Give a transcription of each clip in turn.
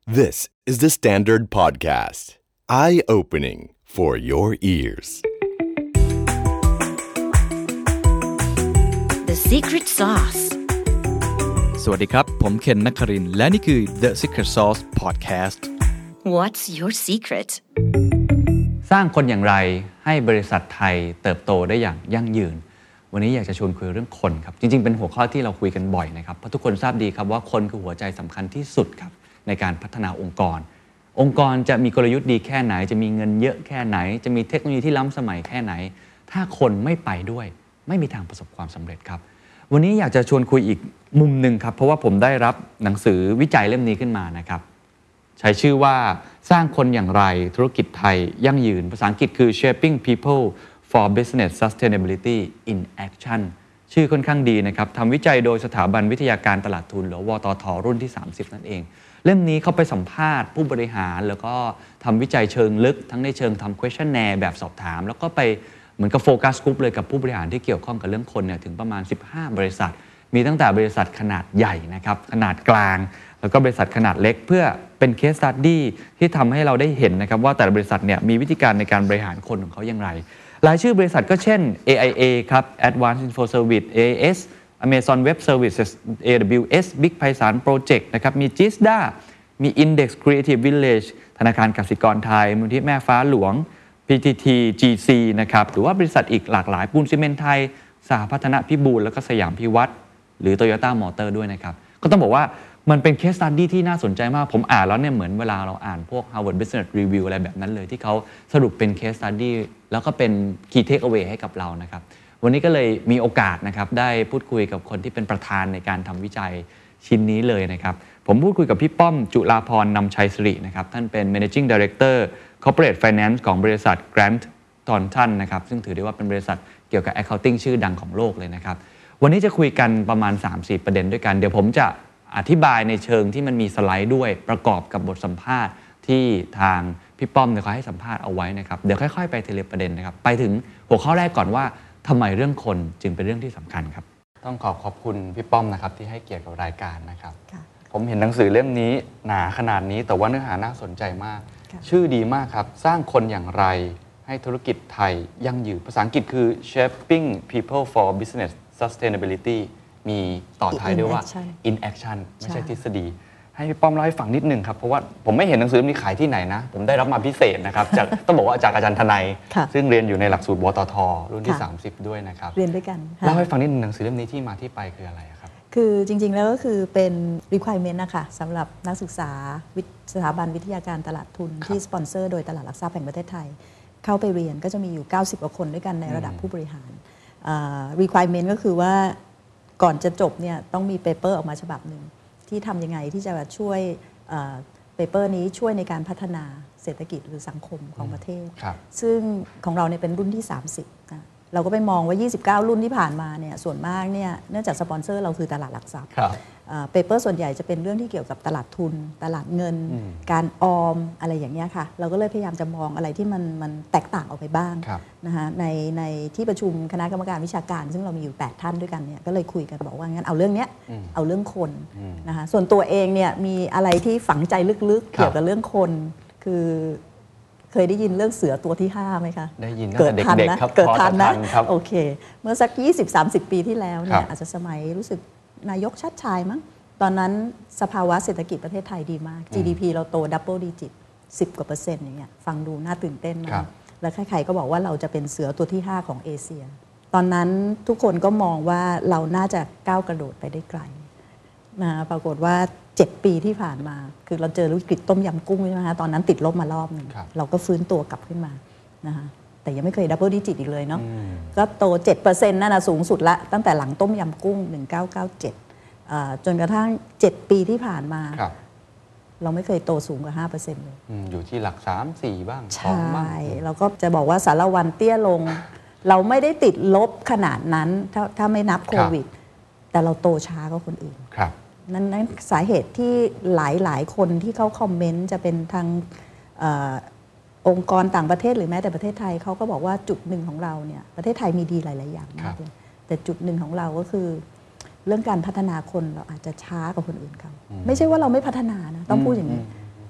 This is the Standard Podcast. Eye-opening for your ears. The Secret Sauce สวัสดีครับผมเคนนักครินทร์และนี่คือ The Secret Sauce Podcast What's your secret สร้างคนอย่างไรให้บริษัทไทยเติบโตได้อย่างยั่งยืนวันนี้อยากจะชวนคุยเรื่องคนครับจริงๆเป็นหัวข้อที่เราคุยกันบ่อยนะครับเพราะทุกคนทราบดีครับว่าคนคือหัวใจสำคัญที่สุดครับในการพัฒนาองค์กรจะมีกลยุทธ์ดีแค่ไหนจะมีเงินเยอะแค่ไหนจะมีเทคโนโลยีที่ล้ำสมัยแค่ไหนถ้าคนไม่ไปด้วยไม่มีทางประสบความสำเร็จครับวันนี้อยากจะชวนคุยอีกมุมนึงครับเพราะว่าผมได้รับหนังสือวิจัยเล่มนี้ขึ้นมานะครับใช้ชื่อว่าสร้างคนอย่างไรธุรกิจไทยยั่งยืนภาษาอังกฤษคือ Shaping People for Business Sustainability in Action ชื่อค่อนข้างดีนะครับทำวิจัยโดยสถาบันวิทยาการตลาดทุนหรือวตท.รุ่นที่30นั่นเองเล่มนี้เขาไปสัมภาษณ์ผู้บริหารแล้วก็ทำวิจัยเชิงลึกทั้งในเชิงทำ questionnaire แบบสอบถามแล้วก็ไปเหมือนกับโฟกัสกลุ่มเลยกับผู้บริหารที่เกี่ยวข้องกับเรื่องคนเนี่ยถึงประมาณ15บริษัทมีตั้งแต่บริษัทขนาดใหญ่นะครับขนาดกลางแล้วก็บริษัทขนาดเล็กเพื่อเป็น case study ที่ทำให้เราได้เห็นนะครับว่าแต่ละบริษัทเนี่ยมีวิธีการในการบริหารคนของเขาอย่างไรรายชื่อบริษัทก็เช่น AIA ครับ Advanced Info Service AIS Amazon Web Services AWS Big Paisan Project นะครับมี Jisda มี Index Creative Village ธนาคารกสิกรไทยมูลนิธิแม่ฟ้าหลวง PTT GC นะครับหรือว่าบริษัทอีกหลากหลายปูนซีเมนต์ไทยสหพัฒนพิบูลแล้วก็สยามพิวัตรหรือ Toyota Motor ด้วยนะครับก็ต้องบอกว่ามันเป็น case study ที่น่าสนใจมากผมอ่านแล้วเนี่ยเหมือนเวลาเราอ่านพวก Harvard Business Review อะไรแบบนั้นเลยที่เขาสรุปเป็น case study แล้วก็เป็น key takeaway ให้กับเรานะครับวันนี้ก็เลยมีโอกาสนะครับได้พูดคุยกับคนที่เป็นประธานในการทำวิจัยชิ้นนี้เลยนะครับผมพูดคุยกับพี่ป้อมจุฬาภรณ์นำชัยสิรินะครับท่านเป็น Managing Director Corporate Finance ของบริษัท Grant Thornton นะครับซึ่งถือได้ว่าเป็นบริษัทเกี่ยวกับ accounting ชื่อดังของโลกเลยนะครับวันนี้จะคุยกันประมาณ 3-4 ประเด็นด้วยกันเดี๋ยวผมจะอธิบายในเชิงที่มันมีสไลด์ด้วยประกอบกับบทสัมภาษณ์ที่ทางพี่ป้อมเขาให้สัมภาษณ์เอาไว้นะครับเดี๋ยวค่อยๆไปทีละประเด็นนะครับไปถึงหัวข้อแรกก่อนว่าทำไมเรื่องคนจึงเป็นเรื่องที่สำคัญครับต้องขอบคุณพี่ป้อมนะครับที่ให้เกียรติกับรายการนะครับผมเห็นหนังสือเล่มนี้หนาขนาดนี้แต่ว่าเนื้อหาน่าสนใจมากชื่อดีมากครับสร้างคนอย่างไรให้ธุรกิจไทยยั่งยืนภาษาอังกฤษคือ Shaping People for Business Sustainability มีต่อท้ายด้วยว่า in action ไม่ใช่ทฤษฎีให้พี่ป้อมเล่าให้ฟังนิดนึงครับเพราะว่าผมไม่เห็นหนังสือเล่มนี้ขายที่ไหนนะผมได้รับมาพิเศษนะครับจากต้องบอกว่าจากอาจารย์ทนายซึ่งเรียนอยู่ในหลักสูตรวตท.รุ่นที่30ด้วยนะครับเรียนด้วยกันเล่าให้ฟังนิดนึงหนังสือเล่มนี้ที่มาที่ไปคืออะไรครับคือจริงๆแล้วก็คือเป็น requirement นะคะสำหรับนักศึกษาสถาบันวิทยาการตลาดทุนที่สปอนเซอร์โดยตลาดหลักทรัพย์แห่งประเทศไทยเข้าไปเรียนก็จะมีอยู่90กว่าคนด้วยกันในระดับผู้บริหาร requirement ก็คือว่าก่อนจะจบเนี่ยต้องมีเปเปอร์ออกมาฉบับหนึ่งที่ทำยังไงที่จะช่วยเปเปอร์นี้ช่วยในการพัฒนาเศรษฐกิจหรือสังคมของประเทศซึ่งของเราเนี่ยเป็นรุ่นที่30นะเราก็ไปมองว่า29รุ่นที่ผ่านมาเนี่ยส่วนมากเนี่ยเนื่องจากสปอนเซอร์เราคือตลาดหลักทรัพย์เปเปอร์ส่วนใหญ่จะเป็นเรื่องที่เกี่ยวกับตลาดทุนตลาดเงินการออมอะไรอย่างเงี้ยค่ะเราก็เลยพยายามจะมองอะไรที่มันแตกต่างออกไปบ้างนะคะในที่ประชุมคณะกรรมการวิชาการซึ่งเรามีอยู่8ท่านด้วยกันเนี่ยก็เลยคุยกันบอกว่างั้นเอาเรื่องเนี้ยเอาเรื่องคนนะคะส่วนตัวเองเนี่ยมีอะไรที่ฝังใจลึกๆเกี่ยวกับเรื่องคนคือเคยได้ยินเรื่องเสือตัวที่5ไหมคะได้ยินตั้งแต่เด็กๆครับเกิดทันนะโอเคเมื่อสัก 20-30 ปีที่แล้วเนี่ยอาจจะสมัยรู้สึกนายกชัดชายมั้งตอนนั้นสภาวะเศรษฐกิจประเทศไทยดีมาก GDP เราโตดับเบิลดิจิต10 กว่า%อย่างเงี้ยฟังดูน่าตื่นเต้นมากแล้วใครๆก็บอกว่าเราจะเป็นเสือตัวที่5ของเอเชียตอนนั้นทุกคนก็มองว่าเราน่าจะก้าวกระโดดไปได้ไกลนะปรากฏว่า7 ปีที่ผ่านมาคือเราเจอวิกฤตต้มยำกุ้งใช่ไหมคะตอนนั้นติดลบมารอบนึงเราก็ฟื้นตัวกลับขึ้นมานะคะแต่ยังไม่เคยดับเบิลดิจิตอีกเลยเนาะก็โต 7% นั่นนะสูงสุดละตั้งแต่หลังต้มยำกุ้ง1997จนกระทั่ง7 ปีที่ผ่านมาเราไม่เคยโตสูงกว่า 5% เลยอยู่ที่หลัก 3-4 บ้างใช่เราก็จะบอกว่าสารวันเตี้ยลงเราไม่ได้ติดลบขนาดนั้นถ้าไม่นับโควิดแต่เราโตช้ากว่าคนอื่นนั้นสาเหตุที่หลายคนที่เขาคอมเมนต์จะเป็นทางองค์กรต่างประเทศหรือแม้แต่ประเทศไทยเขาก็บอกว่าจุดหนึ่งของเราเนี่ยประเทศไทยมีดีหลายๆอย่างมากเลยแต่จุดหนึ่งของเราก็คือเรื่องการพัฒนาคนเราอาจจะช้ากว่าคนอื่นเขาไม่ใช่ว่าเราไม่พัฒนานะต้องพูดอย่างนี้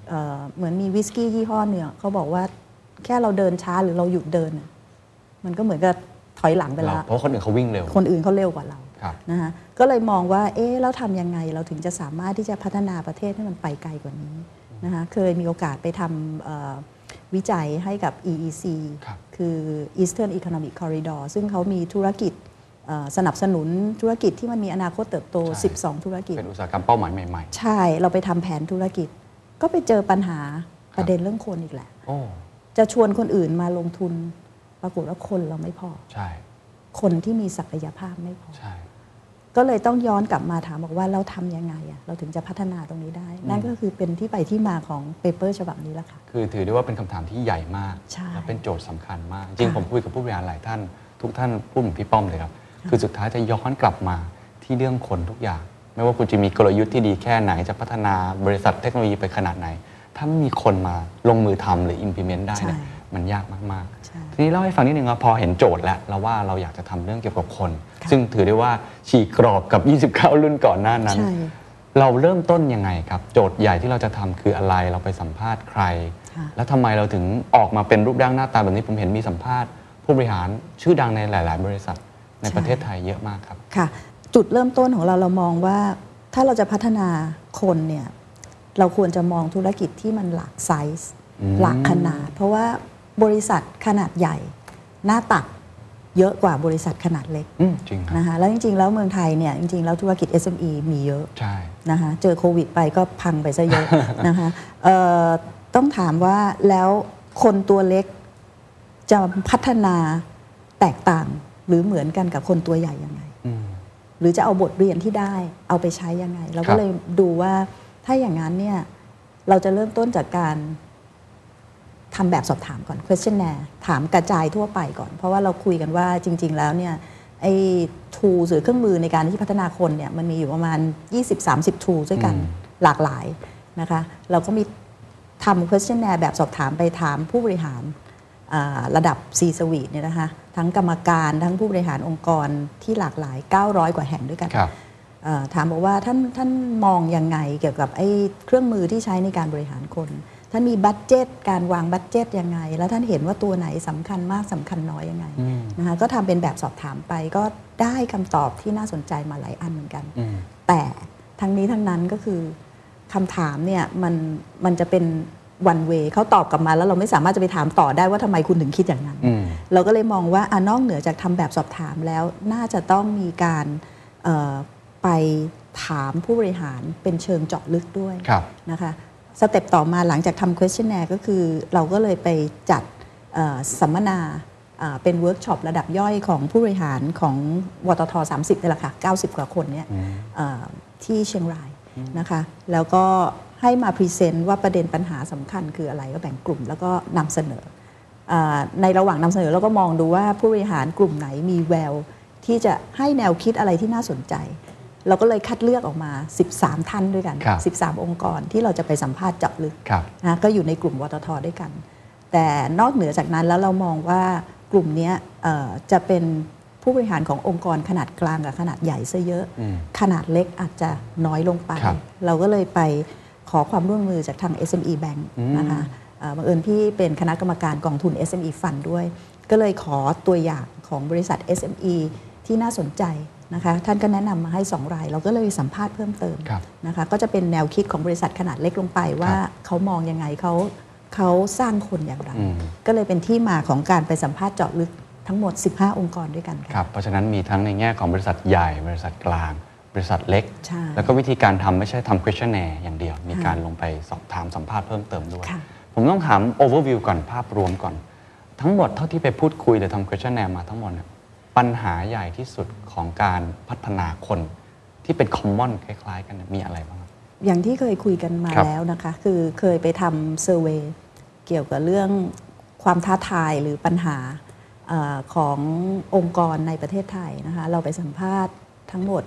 เหมือนมีวิสกี้ยี่ห้อหนึ่งเขาบอกว่าแค่เราเดินช้าหรือเราหยุดเดินมันก็เหมือนกับถอยหลังไปแล้วเพราะคนอื่นเขาวิ่งเร็วคนอื่นเขาเร็วกว่าเรานะคะก็เลยมองว่าแล้วทำยังไงเราถึงจะสามารถที่จะพัฒนาประเทศให้มันไปไกลกว่านี้นะคะเคยมีโอกาสไปทำวิจัยให้กับ EEC คือ Eastern Economic Corridor ซึ่งเขามีธุรกิจสนับสนุนธุรกิจที่มันมีอนาคตเติบโต12ธุรกิจเป็นอุตสาหกรรมเป้าหมายใหม่ๆใช่เราไปทำแผนธุรกิจก็ไปเจอปัญหาประเด็นเรื่องคนอีกแหละจะชวนคนอื่นมาลงทุนปรากฏว่าคนเราไม่พอใช่คนที่มีศักยภาพไม่พอใช่ก็เลยต้องย้อนกลับมาถามบอกว่าเราทำยังไงเราถึงจะพัฒนาตรงนี้ได้นั่นก็คือเป็นที่ไปที่มาของเปเปอร์ฉบับนี้แหละค่ะคือถือได้ว่าเป็นคำถามที่ใหญ่มากและเป็นโจทย์สำคัญมากจริงผมคุยกับผู้บริหารหลายท่านทุกท่านพูดเหมือนพี่ป้อมเลยครับคือสุดท้ายจะย้อนกลับมาที่เรื่องคนทุกอย่างไม่ว่าคุณจะมีกลยุทธ์ที่ดีแค่ไหนจะพัฒนาบริษัทเทคโนโลยีไปขนาดไหนถ้าไม่มีคนมาลงมือทำหรือ implement ได้เนี่ยมันยากมากๆทีนี้เล่าให้ฟังนิดนึงว่าพอเห็นโจทย์แล้วว่าเราอยากจะทำเรื่องเกี่ยวกับคนซึ่งถือได้ว่าฉีกกรอบกับ29รุ่นก่อนหน้านั้นเราเริ่มต้นยังไงครับโจทย์ใหญ่ที่เราจะทำคืออะไรเราไปสัมภาษณ์ใครแล้วทำไมเราถึงออกมาเป็นรูปร่างหน้าตาแบบนี้ผมเห็นมีสัมภาษณ์ผู้บริหารชื่อดังในหลายๆบริษัทในประเทศไทยเยอะมากครับค่ะจุดเริ่มต้นของเรามองว่าถ้าเราจะพัฒนาคนเนี่ยเราควรจะมองธุรกิจที่มันหลากไซส์หลากขนาดเพราะว่าบริษัทขนาดใหญ่หน้าตักเยอะกว่าบริษัทขนาดเล็กจริงนะคะแล้วจริงๆแล้วเมืองไทยเนี่ยจริงๆแล้วธุรกิจ SME มีเยอะใช่นะคะเจอโควิดไปก็พังไปซะเยอะนะคะต้องถามว่าแล้วคนตัวเล็กจะพัฒนาแตกต่างหรือเหมือนกันกับคนตัวใหญ่ยังไงหรือจะเอาบทเรียนที่ได้เอาไปใช้ยังไงเราก็เลยดูว่าถ้าอย่างนั้นเนี่ยเราจะเริ่มต้นจากการทำแบบสอบถามก่อน questionnaire ถามกระจายทั่วไปก่อนเพราะว่าเราคุยกันว่าจริงๆแล้วเนี่ยไอ้ tools หรือเครื่องมือในการที่พัฒนาคนเนี่ยมันมีอยู่ประมาณ 20-30 tools ด้วยกันหลากหลายนะคะเราก็มีทำ questionnaire แบบสอบถามไปถามผู้บริหารระดับ C-suite เนี่ยนะคะทั้งกรรมการทั้งผู้บริหารองค์กรที่หลากหลาย900กว่าแห่งด้วยกันถามบอกว่าท่านมองยังไงเกี่ยวกับไอ้เครื่องมือที่ใช้ในการบริหารคนท่านมีบัดเจ็ตการวางบัดเจ็ตยังไงแล้วท่านเห็นว่าตัวไหนสำคัญมากสำคัญน้อยยังไงนะคะก็ทำเป็นแบบสอบถามไปก็ได้คำตอบที่น่าสนใจมาหลายอันเหมือนกันแต่ทั้งนี้ทั้งนั้นก็คือคำถามเนี่ยมันจะเป็นone way เขาตอบกลับมาแล้วเราไม่สามารถจะไปถามต่อได้ว่าทำไมคุณถึงคิดอย่างนั้นเราก็เลยมองว่านอกเหนือจากทำแบบสอบถามแล้วน่าจะต้องมีการไปถามผู้บริหารเป็นเชิงเจาะลึกด้วยนะคะสเต็ปต่อมาหลังจากทำ questionnaire ก็คือเราก็เลยไปจัดสัมมนาเป็นเวิร์กช็อประดับย่อยของผู้บริหารของวตท. 30นี่แหละค่ะ90กว่าคนเนี่ยที่เชียงรายนะคะแล้วก็ให้มาพรีเซนต์ว่าประเด็นปัญหาสำคัญคืออะไรก็แบ่งกลุ่มแล้วก็นำเสนอในระหว่างนำเสนอเราก็มองดูว่าผู้บริหารกลุ่มไหนมีแววที่จะให้แนวคิดอะไรที่น่าสนใจเราก็เลยคัดเลือกออกมา13ท่านด้วยกัน13องค์กรที่เราจะไปสัมภาษณ์เจาะลึกนะก็อยู่ในกลุ่มวตท.ด้วยกันแต่นอกเหนือจากนั้นแล้วเรามองว่ากลุ่มนี้จะเป็นผู้บริหารขององค์กรขนาดกลางกับขนาดใหญ่ซะเยอะขนาดเล็กอาจจะน้อยลงไปเราก็เลยไปขอความร่วมมือจากทาง SME Bank นะคะบังเอิญพี่เป็นคณะกรรมการกองทุน SME Fund ด้วยก็เลยขอตัวอย่างของบริษัท SME ที่น่าสนใจนะคะท่านก็แนะนำมาให้2รายเราก็เลยสัมภาษณ์เพิ่มเติมนะคะก็จะเป็นแนวคิดของบริษัทขนาดเล็กลงไปว่าเขามองยังไงเขาสร้างคนอย่างไรก็เลยเป็นที่มาของการไปสัมภาษณ์เจาะลึกทั้งหมด15องค์กรด้วยกันครับเพราะฉะนั้นมีทั้งในแง่ของบริษัทใหญ่บริษัทกลางบริษัทเล็กแล้วก็วิธีการทำไม่ใช่ทำ questionnaire อย่างเดียวมีการลงไปสอบถามสัมภาษณ์เพิ่มเติมด้วยผมต้องถาม overview ก่อนภาพรวมก่อนทั้งหมดเท่าที่ไปพูดคุยหรือทำ questionnaire มาทั้งหมดเนี่ยปัญหาใหญ่ที่สุดของการพัฒนาคนที่เป็น common คล้ายๆกันมีอะไรบ้างอย่างที่เคยคุยกันมาแล้วนะคะคือเคยไปทำเซอร์เวย์เกี่ยวกับเรื่องความท้าทายหรือปัญหาขององค์กรในประเทศไทยนะคะเราไปสัมภาษณ์ทั้งหมด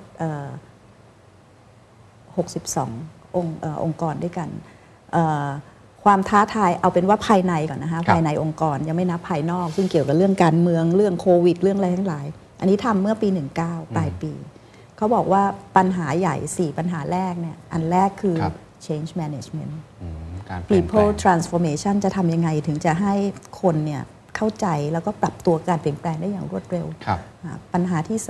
62องค์กรด้วยกันความท้าทายเอาเป็นว่าภายในก่อนนะคะภายในองค์กรยังไม่นับภายนอกซึ่งเกี่ยวกับเรื่องการเมืองเรื่องโควิดเรื่องอะไรทั้งหลายอันนี้ทำเมื่อปี19ปลายปีเขาบอกว่าปัญหาใหญ่4ปัญหาแรกเนี่ยอันแรกคือ change management people transformation จะทำยังไงถึงจะให้คนเนี่ยเข้าใจแล้วก็ปรับตัวการเปลี่ยนแปลงได้อย่างรวดเร็วปัญหาที่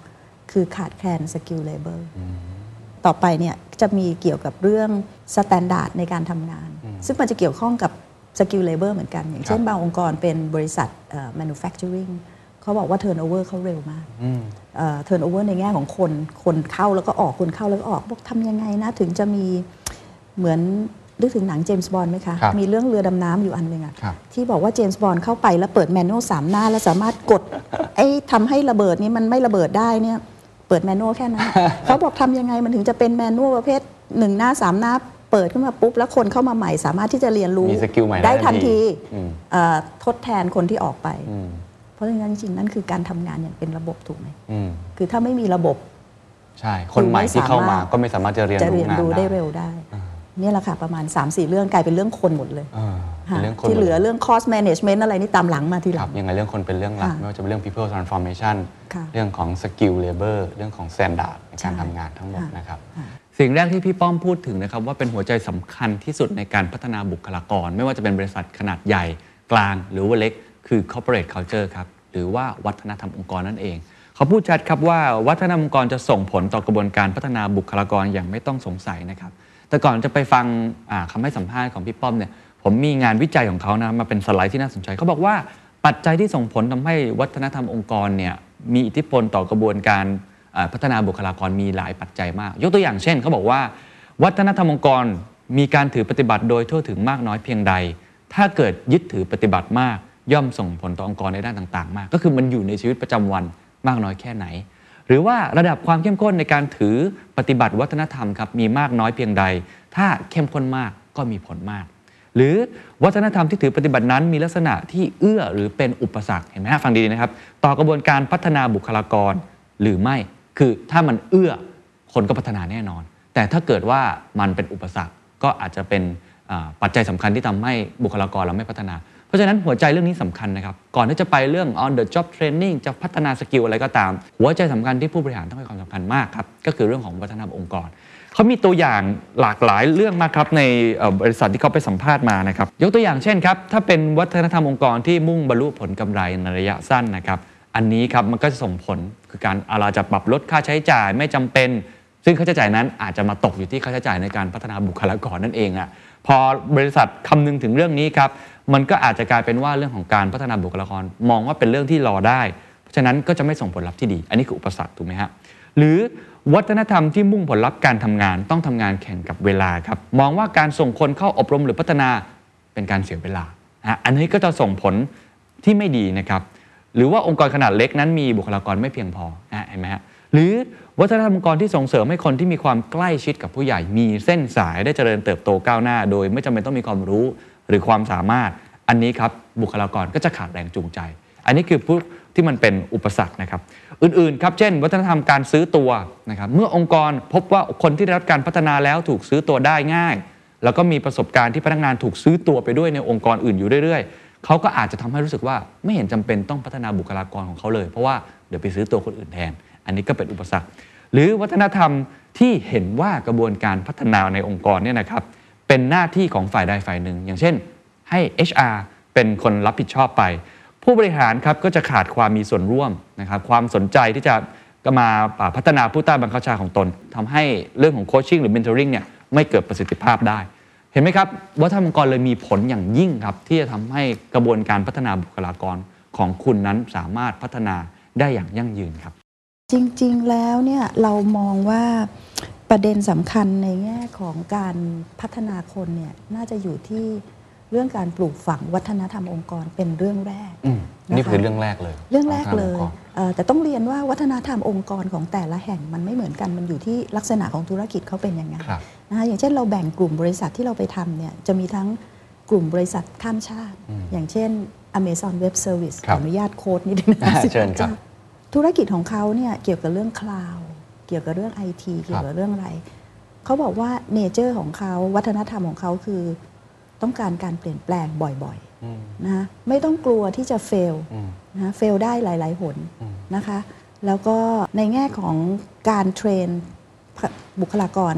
2คือขาดแคลน skill labor ต่อไปเนี่ยจะมีเกี่ยวกับเรื่อง standard ในการทำงานซึ่งมันจะเกี่ยวข้องกับ skill labor เหมือนกันอย่างเช่นบางองค์กรเป็นบริษัทmanufacturing เขาบอกว่า turnover เขาเร็วมากturnover ในแง่ของคนเข้าแล้วก็ออกคนเข้าแล้วก็ออกบอกทำยังไงนะถึงจะมีเหมือนนึกถึงหนังเจมส์บอนด์ไหมคะมีเรื่องเรือดำน้ำอยู่อันหนึ่งอะที่บอกว่าเจมส์บอนด์เข้าไปแล้วเปิดแมนนวล3 หน้าแล้วสามารถกดทำให้ระเบิดนี้มันไม่ระเบิดได้เนี่ยเปิดแมนนวลแค่นั้น เขาบอกทำยังไงมันถึงจะเป็นแมนนวลประเภท1 หน้า 3 หน้าเปิดขึ้นมาปุ๊บแล้วคนเข้ามาใหม่สามารถที่จะเรียนรู้ได้ทันทีทดแทนคนที่ออกไปเพราะฉะนั้นจริงๆนั่นคือการทำงานอย่างเป็นระบบถูกไหมคือถ้าไม่มีระบบใช่คนใหม่ที่เข้ามาก็ไม่สามารถจะเรียนรู้ได้เร็วได้นี่แหละค่ะประมาณ 3-4 เรื่องกลายเป็นเรื่องคนหมดเลยที่เหลือเรื่อง cost management อะไรนี่ตามหลังมาทีหลังยังไงเรื่องคนเป็นเรื่องหลักไม่ว่าจะเป็นเรื่อง people transformation เรื่องของ skill labor เรื่องของ standard ในการทำงานทั้งหมดนะครับสิ่งแรกที่พี่ป้อมพูดถึงนะครับว่าเป็นหัวใจสำคัญที่สุดในการพัฒนาบุคลากรไม่ว่าจะเป็นบริษัทขนาดใหญ่กลางหรือว่าเล็กคือ corporate culture ครับหรือว่าวัฒนธรรมองค์กรนั่นเองเขาพูดชัดครับว่าวัฒนธรรมองค์กรจะส่งผลต่อกระบวนการพัฒนาบุคลากรอย่างไม่ต้องสงสัยนะครับแต่ก่อนจะไปฟังคำให้สัมภาษณ์ของพี่ป้อมเนี่ยผมมีงานวิจัยของเขานะมาเป็นสไลด์ที่น่าสนใจเขาบอกว่าปัจจัยที่ส่งผลทำให้วัฒนธรรมองค์กรเนี่ยมีอิทธิพลต่อกระบวนการพัฒนาบุคลากรมีหลายปัจจัยมากยกตัวอย่างเช่นเขาบอกว่าวัฒนธรรมองค์กรมีการถือปฏิบัติโดยทั่วถึงมากน้อยเพียงใดถ้าเกิดยึดถือปฏิบัติมากย่อมส่งผลต่อองค์กรในด้านต่างๆมากก็คือมันอยู่ในชีวิตประจำวันมากน้อยแค่ไหนหรือว่าระดับความเข้มข้นในการถือปฏิบัติวัฒนธรรมครับมีมากน้อยเพียงใดถ้าเข้มข้นมากก็มีผลมากหรือวัฒนธรรมที่ถือปฏิบัตินั้นมีลักษณะที่เอื้อหรือเป็นอุปสรรคเห็นไหมฮะฟังดีๆนะครับต่อกระบวนการพัฒนาบุคลากรหรือไม่คือถ้ามันเอื้อคนก็พัฒนาแน่นอนแต่ถ้าเกิดว่ามันเป็นอุปสรรคก็อาจจะเป็นปัจจัยสำคัญที่ทำให้บุคลากรเราไม่พัฒนาเพราะฉะนั้นหัวใจเรื่องนี้สำคัญนะครับก่อนที่จะไปเรื่อง on the job training จะพัฒนาสกิลอะไรก็ตามหัวใจสำคัญที่ผู้บริหารต้องให้ความสำคัญมากครับก็คือเรื่องของวัฒนธรรมองค์กรเขามีตัวอย่างหลากหลายเรื่องมากครับในบริษัทที่เขาไปสัมภาษณ์มานะครับยกตัวอย่างเช่นครับถ้าเป็นวัฒนธรรมองค์กรที่มุ่งบรรลุผลกำไรในระยะสั้นนะครับอันนี้ครับมันก็จะส่งผลคือการเราจะปรับลดค่าใช้จ่ายไม่จำเป็นซึ่งค่าใช้จ่ายนั้นอาจจะมาตกอยู่ที่ค่าใช้จ่ายในการพัฒนาบุคลากรนั่นเองอ่ะพอบริษัทคำนึงถึงเรื่องนี้ครับมันก็อาจจะกลายเป็นว่าเรื่องของการพัฒนาบุคลากรมองว่าเป็นเรื่องที่รอได้เพราะฉะนั้นก็จะไม่ส่งผลลัพธ์ที่ดีอันนี้คืออุปสรรคถูกไหมฮะหรือวัฒนธรรมที่มุ่งผลลัพธ์การทำงานต้องทำงานแข่งกับเวลาครับมองว่าการส่งคนเข้าอบรมหรือพัฒนาเป็นการเสียเวลาอันนี้ก็จะส่งผลที่ไม่ดีนะครับหรือว่าองค์กรขนาดเล็กนั้นมีบุคลากรไม่เพียงพอเห็นไหมฮะหรือวัฒนธรรมองค์กรที่ส่งเสริมให้คนที่มีความใกล้ชิดกับผู้ใหญ่มีเส้นสายได้เจริญเติบโตก้าวหน้าโดยไม่จำเป็นต้องมีความรู้หรือความสามารถอันนี้ครับบุคลากรก็จะขาดแรงจูงใจอันนี้คือพวกที่มันเป็นอุปสรรคนะครับอื่นๆครับเช่นวัฒนธรรมการซื้อตัวนะครับเมื่อองค์กรพบว่าคนที่ได้รับการพัฒนาแล้วถูกซื้อตัวได้ง่ายแล้วก็มีประสบการณ์ที่พนักงานถูกซื้อตัวไปด้วยในองค์กรอื่นอยู่เรื่อยๆเขาก็อาจจะทำให้รู้สึกว่าไม่เห็นจำเป็นต้องพัฒนาบุคลากรของเขาเลยเพราะว่าเดี๋ยวไปซื้อตัวคนอื่นแทนอันนี้ก็เป็นอุปสรรคหรือวัฒนธรรมที่เห็นว่ากระบวนการพัฒนาในองค์กรเนี่ยนะครับเป็นหน้าที่ของฝ่ายใดฝ่ายหนึ่งอย่างเช่นให้ HR เป็นคนรับผิดชอบไปผู้บริหารครับก็จะขาดความมีส่วนร่วมนะครับความสนใจที่จะมาพัฒนาผู้ใต้บังคับบัญชาของตนทำให้เรื่องของโคชชิ่งหรือเมนทอริงเนี่ยไม่เกิดประสิทธิภาพได้เห็นไหมครับวัฒนธรรมองค์กรเลยมีผลอย่างยิ่งครับที่จะทำให้กระบวนการพัฒนาบุคลากรของคุณนั้นสามารถพัฒนาได้อย่างยั่งยืนครับจริงๆแล้วเนี่ยเรามองว่าประเด็นสำคัญในแง่ของการพัฒนาคนเนี่ยน่าจะอยู่ที่เรื่องการปลูกฝังวัฒนธรรมองค์กรเป็นเรื่องแรกนี่คือเรื่องแรกเลยแต่ต้องเรียนว่าวัฒนธรรมองค์กรของแต่ละแห่งมันไม่เหมือนกันมันอยู่ที่ลักษณะของธุรกิจเขาเป็นยังไงนะคะอย่างเช่นเราแบ่งกลุ่มบริษัทที่เราไปทำเนี่ยจะมีทั้งกลุ่มบริษัทข้ามชาติอย่างเช่น Amazon Web Service ขออนุญาตโค้ดนิดนึงนะธุรกิจของเขาเนี่ยเกี่ยวกับเรื่องคลาวด์เกี่ยวกับเรื่อง IT เกี่ยวกับเรื่องอะไรเขาบอกว่าเนเจอร์ของเขาวัฒนธรรมของเขาคือต้องการการเปลี่ยนแปลงบ่อยๆนะไม่ต้องกลัวที่จะเฟลนะเฟลได้หลายๆหนนะคะแล้วก็ในแง่ของการเทรนบุคลากรเนี่ย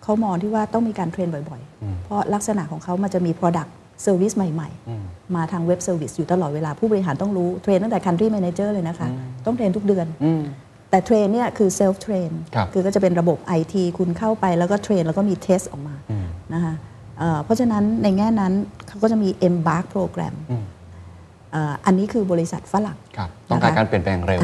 เขามองที่ว่าต้องมีการเทรนบ่อยๆเพราะลักษณะของเขามันจะมี Product Service ใหม่ๆมาทางเว็บเซอร์วิสอยู่ตลอดเวลาผู้บริหารต้องรู้เทรนตั้งแต่ Country Manager เลยนะคะต้องเทรนทุกเดือนแต่เทรนเนี่ยคือ Self Train คือก็จะเป็นระบบ IT คุณเข้าไปแล้วก็เทรนแล้วก็มีเทสออกมานะคะเพราะฉะนั้นในแง่นั้นเขาก็จะมี Embark Program อันนี้คือบริษัทฝรั่งต้องการการเปลี่ยนแปลงเร็ว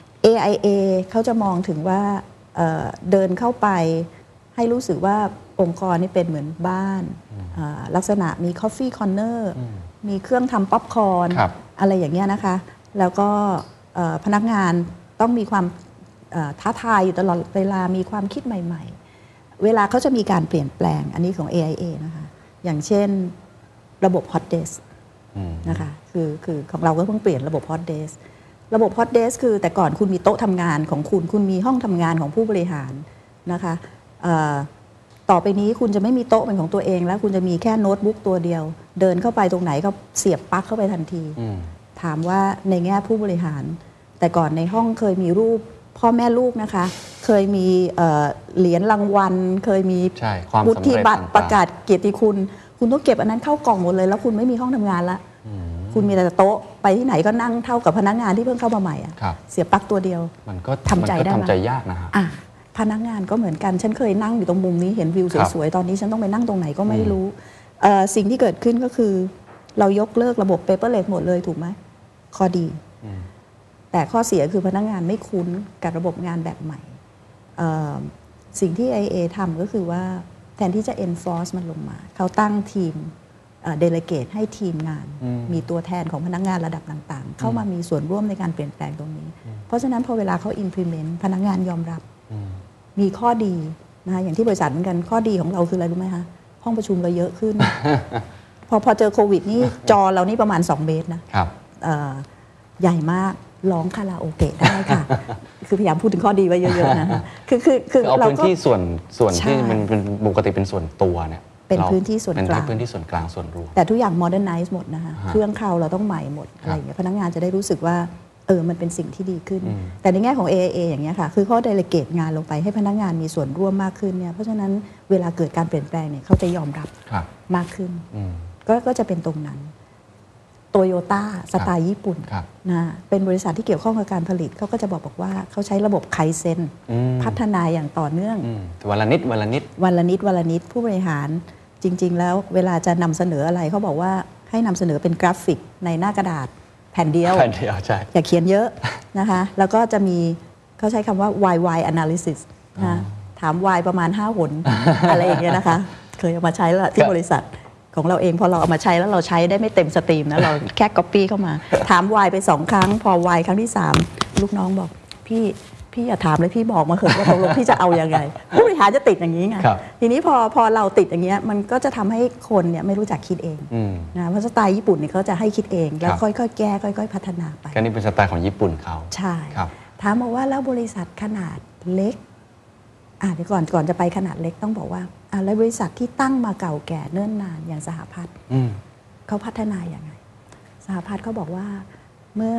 AIA เขาจะมองถึงว่าเดินเข้าไปให้รู้สึกว่าองค์กรนี่เป็นเหมือนบ้านลักษณะมี Coffee Corner มีเครื่องทำป๊อปคอร์นอะไรอย่างเงี้ยนะคะแล้วก็พนักงานต้องมีความท้าทายอยู่ตลอดเวลามีความคิดใหม่ๆเวลาเขาจะมีการเปลี่ยนแปลงอันนี้ของ AIA นะคะอย่างเช่นระบบ Hot Desk นะคะคือของเราก็เพิ่งเปลี่ยนระบบ Hot Desk ระบบ Hot Desk คือแต่ก่อนคุณมีโต๊ะทำงานของคุณมีห้องทำงานของผู้บริหารนะคะต่อไปนี้คุณจะไม่มีโต๊ะเป็นของตัวเองแล้วคุณจะมีแค่โน้ตบุ๊กตัวเดียวเดินเข้าไปตรงไหนก็เสียบปลั๊กเข้าไปทันทีถามว่าในแง่ผู้บริหารแต่ก่อนในห้องเคยมีรูปพ่อแม่ลูกนะคะเคยมีเหรียญรางวัลเคยมีวุฒิบัตรประกาศเกียรติคุณต้องเก็บอันนั้นเข้ากล่องหมดเลยแล้วคุณไม่มีห้องทำงานละคุณมีแต่โต๊ะไปที่ไหนก็นั่งเท่ากับพนักงานที่เพิ่งเข้ามาใหม่เสียบปลั๊กตัวเดียวมันก็ทำใจยากนะฮะพนักงานก็เหมือนกันฉันเคยนั่งอยู่ตรงมุมนี้เห็นวิวสวยๆตอนนี้ฉันต้องไปนั่งตรงไหนก็ไม่รู้สิ่งที่เกิดขึ้นก็คือเรายกเลิกระบบ paperless หมดเลยถูกไหมข้อดีแต่ข้อเสียคือพนักงานไม่คุ้นกับระบบงานแบบใหม่สิ่งที่ IA ทำก็คือว่าแทนที่จะ enforce มันลงมาเขาตั้งทีมdelegate ให้ทีมงานมีตัวแทนของพนักงานระดับต่างๆเข้ามามีส่วนร่วมในการเปลี่ยนแปลงตรงนี้เพราะฉะนั้นพอเวลาเขา implement พนักงานยอมรับมีข้อดีนะคะอย่างที่บริษัทเหมือนกันข้อดีของเราคืออะไรรู้ไหมคะห้องประชุมเราเยอะขึ้น พอเจอโควิดนี่จอเรานี่ประมาณ2 เมตรนะครับใหญ่มากร้องคาราโอเกะได้ค่ะ คือพยายามพูดถึงข้อดีไว้เยอะๆนะคือเอาพื้นที่ส่วนที่มันเป็นปกติเป็นส่วนตัวเนี่ยเป็นพื้นที่ส่วนกลางเป็นพื้นที่ส่วนกลางส่วนรวมแต่ทุกอย่าง modernize หมดนะคะเครื่องเข้าเราต้องใหม่หมดอะไรอย่างเงี้ยพนักงานจะได้รู้สึกว่ามันเป็นสิ่งที่ดีขึ้นแต่ในแง่ของ AIA อย่างเงี้ยค่ะคือเขา delegate งานลงไปให้พนักงานมีส่วนร่วมมากขึ้นเนี่ยเพราะฉะนั้นเวลาเกิดการเปลี่ยนแปลงเนี่ยเขาจะยอมรับมากขึ้นก็จะเป็นตรงนั้นโตโยต้าสไตล์ญี่ปุ่นนะเป็นบริษัทที่เกี่ยวข้องกับการผลิตเขาก็จะบอกว่าเขาใช้ระบบไคเซ็นพัฒนาอย่างต่อเนื่องวันละนิดผู้บริหารจริงๆแล้วเวลาจะนำเสนออะไรเขาบอกว่าให้นำเสนอเป็นกราฟิกในหน้ากระดาษแผ่นเดียวใช่อย่าเขียนเยอะนะคะแล้วก็จะมีเขาใช้คำว่า why analysis นะถาม why ประมาณ5 หน อะไรอย่างเงี้ยนะคะเคยเอามาใช้แล้วที่บริษัทของเราเองพอเราเอามาใช้แล้วเราใช้ได้ไม่เต็มสตรีมนะเราแค่ copy เข้ามาถาม why ไป2 ครั้งพอ why ครั้งที่3ลูกน้องบอกพี่อย่าถามเลยพี่บอกมาเถอะว่าตกลงพี่จะเอายังไงผู้บริหารจะติดอย่างนี้ไงทีนี้พอเราติดอย่างเงี้ยมันก็จะทำให้คนเนี่ยไม่รู้จักคิดเองนะเพราะสไตล์ญี่ปุ่นเนี่ยเขาจะให้คิดเองแล้วค่อยๆแก้ค่อยๆพัฒนาไปก็นี่เป็นสไตล์ของญี่ปุ่นเขาใช่ถามบอกว่าแล้วบริษัทขนาดเล็กเดี๋ยวก่อนจะไปขนาดเล็กต้องบอกว่าแล้วบริษัทที่ตั้งมาเก่าแก่เนิ่นนานอย่างสหพัฒน์เขาพัฒนาอย่างไงสหพัฒน์เขาบอกว่าเมื่อ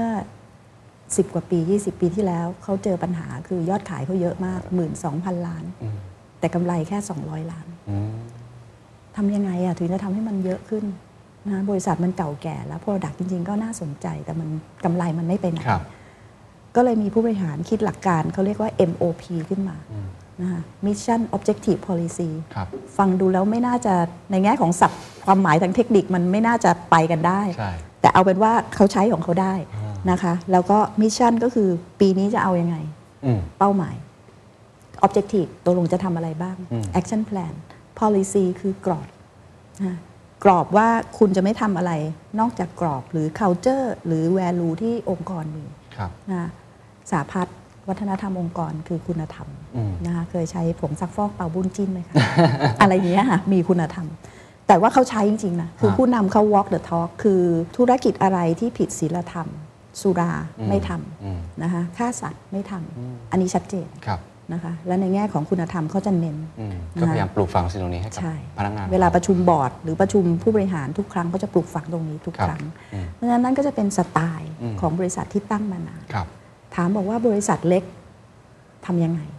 10 กว่าปี20 ปีที่แล้วเขาเจอปัญหาคือยอดขายเขาเยอะมาก 12,000 ล้านแต่กำไรแค่200 ล้านทำยังไงถึงจะทำให้มันเยอะขึ้นนะบริษัทมันเก่าแก่แล้ว Product จริงๆก็น่าสนใจแต่มันกำไรมันไม่ไปไหนก็เลยมีผู้บริหารคิดหลักการเขาเรียกว่า MOP ขึ้นมานะคะ Mission Objective Policy ฟังดูแล้วไม่น่าจะในแง่ของศัพท์ความหมายทางเทคนิคมันไม่น่าจะไปกันได้แต่เอาเป็นว่าเขาใช้ของเขาได้นะคะแล้วก็มิชชั่นก็คือปีนี้จะเอายังไงเป้าหมาย Objective ตกลงจะทำอะไรบ้าง Action Plan Policy คือกรอบกรอบว่าคุณจะไม่ทำอะไรนอกจากกรอบหรือ culture หรือ value ที่องค์กรมีนะสาพัฒน์วัฒนธรรมองค์กรคือคุณธรรมนะคะเคยใช้ผงซักฟอกเป่าบุญจิ้นไหมคะ อะไรอย่างเงี้ยค่ะมีคุณธรรมแต่ว่าเขาใช้จริงๆนะคือผู้นำเขา walk the talk คือธุรกิจอะไรที่ผิดศีลธรรมสุราไม่ทำนะคะฆ่าสัตว์ไม่ทำอันนี้ชัดเจนนะคะและในแง่ของคุณธรรมเขาจะเน้นก็พยายามปลูกฝังสิ่งตรงนี้ให้กับพนักงานเวลาประชุมบอร์ดหรือประชุมผู้บริหารทุกครั้งก็จะปลูกฝังตรงนี้ทุกครั้งเพราะฉะนั้นนั่นก็จะเป็นสไตล์ของบริษัทที่ตั้งมานานถามบอกว่าบริษัทเล็กทำยังไง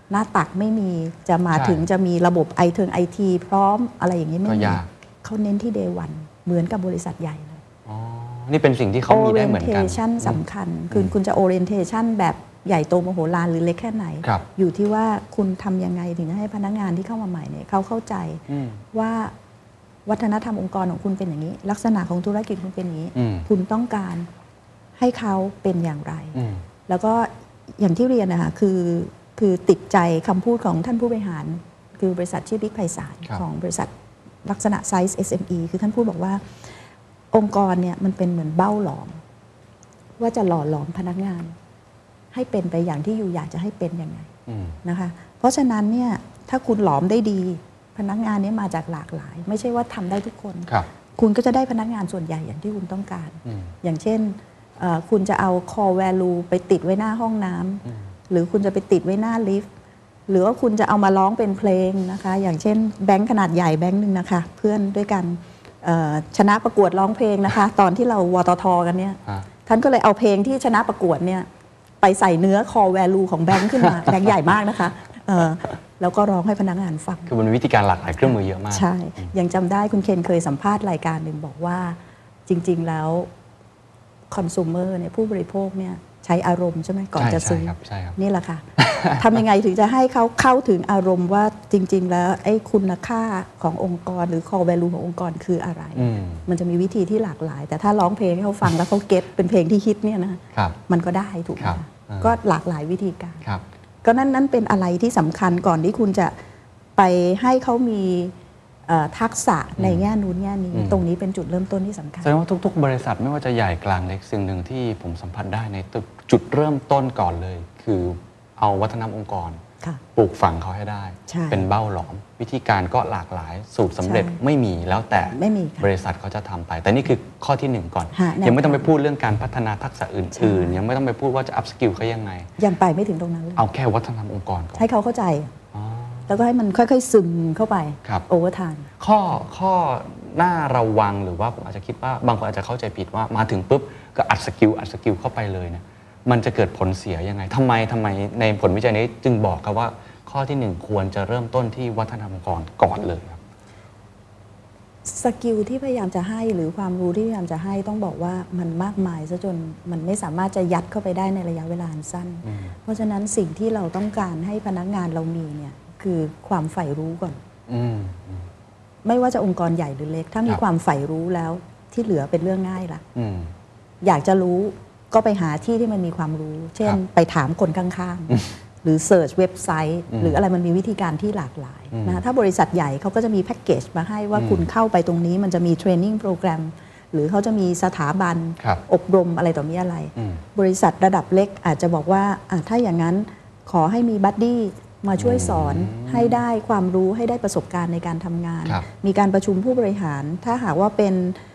หน้าตักไม่มีจะมาถึงจะมีระบบไอทีพร้อมอะไรอย่างนี้ไม่มีเขาเน้นที่ day 1เหมือนกับบริษัทใหญ่เลยนี่เป็นสิ่งที่เขามีได้เหมือนกัน orientation สำคัญคือคุณจะ orientation แบบใหญ่โตมโหฬารหรือเล็กแค่ไหนอยู่ที่ว่าคุณทำยังไงถึงจะให้พนักงานที่เข้ามาใหม่เนี่ยเขาเข้าใจว่าวัฒนธรรมองค์กรของคุณเป็นอย่างนี้ลักษณะของธุรกิจคุณเป็นอย่างนี้คุณต้องการให้เขาเป็นอย่างไรแล้วก็อย่างที่เรียนนะคะคือติดใจคำพูดของท่านผู้บริหารคือบริษัทชื่อบิ๊กไพศาลของบริษัทลักษณะไซส์ SME คือท่านพูดบอกว่าองค์กรเนี่ยมันเป็นเหมือนเบ้าหลอมว่าจะหล่อหลอมพนักงานให้เป็นไปอย่างที่อยู่อยากจะให้เป็นยังไงนะคะเพราะฉะนั้นเนี่ยถ้าคุณหลอมได้ดีพนักงานนี้มาจากหลากหลายไม่ใช่ว่าทำได้ทุกคนคุณก็จะได้พนักงานส่วนใหญ่อย่างที่คุณต้องการอย่างเช่นคุณจะเอา core value ไปติดไว้หน้าห้องน้ำหรือคุณจะไปติดไว้หน้าลิฟต์หรือว่าคุณจะเอามาร้องเป็นเพลงนะคะอย่างเช่นแบงค์ขนาดใหญ่แบงค์นึงนะคะเพื่อนด้วยกันชนะประกวดร้องเพลงนะคะตอนที่เราวตทกันเนี่ยท่านก็เลยเอาเพลงที่ชนะประกวดเนี่ยไปใส่เนื้อ core value ของแบงค์ขึ้นมาแบงค์ใหญ่มากนะคะแล้วก็ร้องให้พนักงานฟังคือมันมีวิธีการหลากหลายเครื่องมือเยอะมากใช่ยังจำได้คุณเคนเคยสัมภาษณ์รายการหนึ่งบอกว่าจริงๆแล้วคอน sumer เนี่ยผู้บริโภคเนี่ยใช้อารมณ์ใช่ไหมก่อนจะซื้อนี่แหละค่ะ ทำยังไงถึงจะให้เขาเข้าถึงอารมณ์ว่าจริงๆแล้วไอ้คุณค่าขององค์กรหรือ core value ขององค์กรคืออะไรมันจะมีวิธีที่หลากหลายแต่ถ้าร้องเพลงให้เขาฟังแล้วเขาเก็ตเป็นเพลงที่ฮิตเนี่ยนะมันก็ได้ถูกไหมก็หลากหลายวิธีการก็นั่นเป็นอะไรที่สำคัญก่อนที่คุณจะไปให้เขามีทักษะในแง่นู้นแง่นี้ตรงนี้เป็นจุดเริ่มต้นที่สำคัญแสดงว่าทุกๆบริษัทไม่ว่าจะใหญ่กลางเล็กสิ่งหนึ่งที่ผมสัมผัสได้ในจุดเริ่มต้นก่อนเลยคือเอาวัฒนธรรมองค์กรปลูกฝังเขาให้ได้เป็นเบ้าหลอมวิธีการก็หลากหลายสูตรสำเร็จไม่มีแล้วแต่บริษัทเขาจะทำไปแต่นี่คือข้อที่1ก่อนยังไม่ต้องไปพูดเรื่องการพัฒนาทักษะอื่นๆยังไม่ต้องไปพูดว่าจะอัพสกิลเขายังไงยังไปไม่ถึงตรงนั้นเลยเอาแค่วัฒนธรรมองค์กรก่อนให้เขาเข้าใจแล้วก็ให้มันค่อยๆซึมเข้าไปโอเวอร์ไทม์ข้อน่าระวังหรือว่าผมอาจจะคิดว่าบางคนอาจจะเข้าใจผิดว่ามาถึงปุ๊บก็อัดสกิลเข้าไปเลยเนี่ยมันจะเกิดผลเสียยังไงทำไมในผลวิจัยนี้จึงบอกครับว่าข้อที่1ควรจะเริ่มต้นที่วัฒนธรรมองค์กรก่อนเลยครับสกิลที่พยายามจะให้หรือความรู้ที่พยายามจะให้ต้องบอกว่ามันมากมายซะจนมันไม่สามารถจะยัดเข้าไปได้ในระยะเวลาสั้นเพราะฉะนั้นสิ่งที่เราต้องการให้พนักงานเรามีเนี่ยคือความใฝ่รู้ก่อนไม่ว่าจะองค์กรใหญ่หรือเล็กถ้ามีความใฝ่รู้แล้วที่เหลือเป็นเรื่องง่ายละอยากจะรู้ก็ไปหาที่ที่มันมีความรู้เช่นไปถามคนข้างๆหรือเสิร์ชเว็บไซต์หรืออะไรมันมีวิธีการที่หลากหลายนะถ้าบริษัทใหญ่เขาก็จะมีแพ็กเกจมาให้ว่าคุณเข้าไปตรงนี้มันจะมีเทรนนิ่งโปรแกรมหรือเขาจะมีสถาบันอบรมอะไรต่อมีอะไรบริษัทระดับเล็กอาจจะบอกว่าถ้าอย่างนั้นขอให้มีบัดดี้มาช่วยสอนให้ได้ความรู้ให้ได้ประสบการณ์ในการทำงานมีการประชุมผู้บริหารถ้าหากว่าเป็น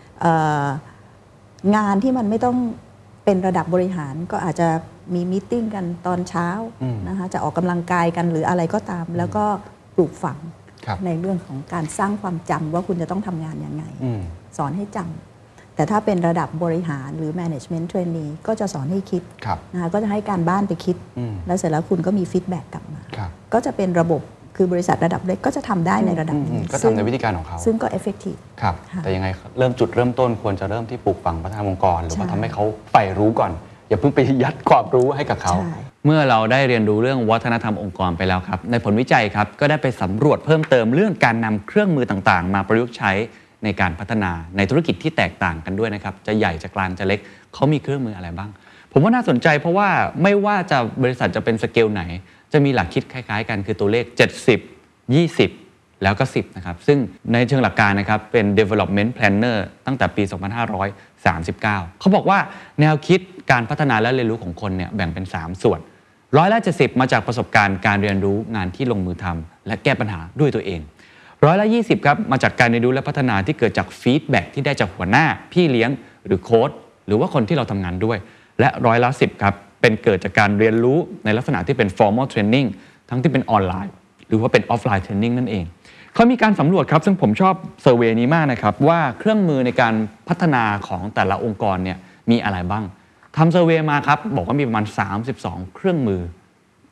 งานที่มันไม่ต้องเป็นระดับบริหารก็อาจจะมีมีตติ้งกันตอนเช้านะคะจะออกกำลังกายกันหรืออะไรก็ตามแล้วก็ปลูกฝังในเรื่องของการสร้างความจำว่าคุณจะต้องทำงานยังไงสอนให้จำแต่ถ้าเป็นระดับบริหารหรือ management trainee ก็จะสอนให้คิดนะคะก็จะให้การบ้านไปคิดแล้วเสร็จแล้วคุณก็มีฟีดแบ็กกลับมาก็จะเป็นระบบคือบริษัทระดับเล็กก็จะทำได้ในระดับนี้ก็ทำในวิธีการของเขาซึ่งก็ effective ครับแต่ยังไงจุดเริ่มต้นควรจะเริ่มที่ปลูกฝังพัฒนาองค์กรหรือว่าทำให้เขาใฝ่รู้ก่อนอย่าเพิ่งไปยัดความรู้ให้กับเขาเมื่อเราได้เรียนรู้เรื่องวัฒนธรรมองค์กรไปแล้วครับในผลวิจัยครับก็ได้ไปสำรวจเพิ่มเติมเรื่องการนำเครื่องมือต่างๆมาประยุกต์ใช้ในการพัฒนาในธุรกิจที่แตกต่างกันด้วยนะครับจะใหญ่จะกลางจะเล็กเขามีเครื่องมืออะไรบ้างผมว่าน่าสนใจเพราะว่าไม่ว่าจะบริษัทจะเป็นสเกลไหนจะมีหลักคิดคล้ายๆกันคือตัวเลข70 20แล้วก็10นะครับซึ่งในเชิงหลักการนะครับเป็น development planner ตั้งแต่ปี 2539เขาบอกว่าแนวคิดการพัฒนาและเรียนรู้ของคนเนี่ยแบ่งเป็น3ส่วน70%มาจากประสบการณ์การเรียนรู้งานที่ลงมือทำและแก้ปัญหาด้วยตัวเอง20%ครับมาจากการเรียนรู้และพัฒนาที่เกิดจากฟีดแบ็กที่ได้จากหัวหน้าพี่เลี้ยงหรือโค้ชหรือว่าคนที่เราทำงานด้วยและ10%ครับเป็นเกิดจากการเรียนรู้ในลักษณะที่เป็น formal training ทั้งที่เป็นออนไลน์หรือว่าเป็น offline training นั่นเองเขามีการสำรวจครับซึ่งผมชอบเซอร์เวย์นี้มากนะครับว่าเครื่องมือในการพัฒนาของแต่ละองค์กรเนี่ยมีอะไรบ้างทำเซอร์เวย์มาครับบอกว่ามีประมาณ32เครื่องมือแ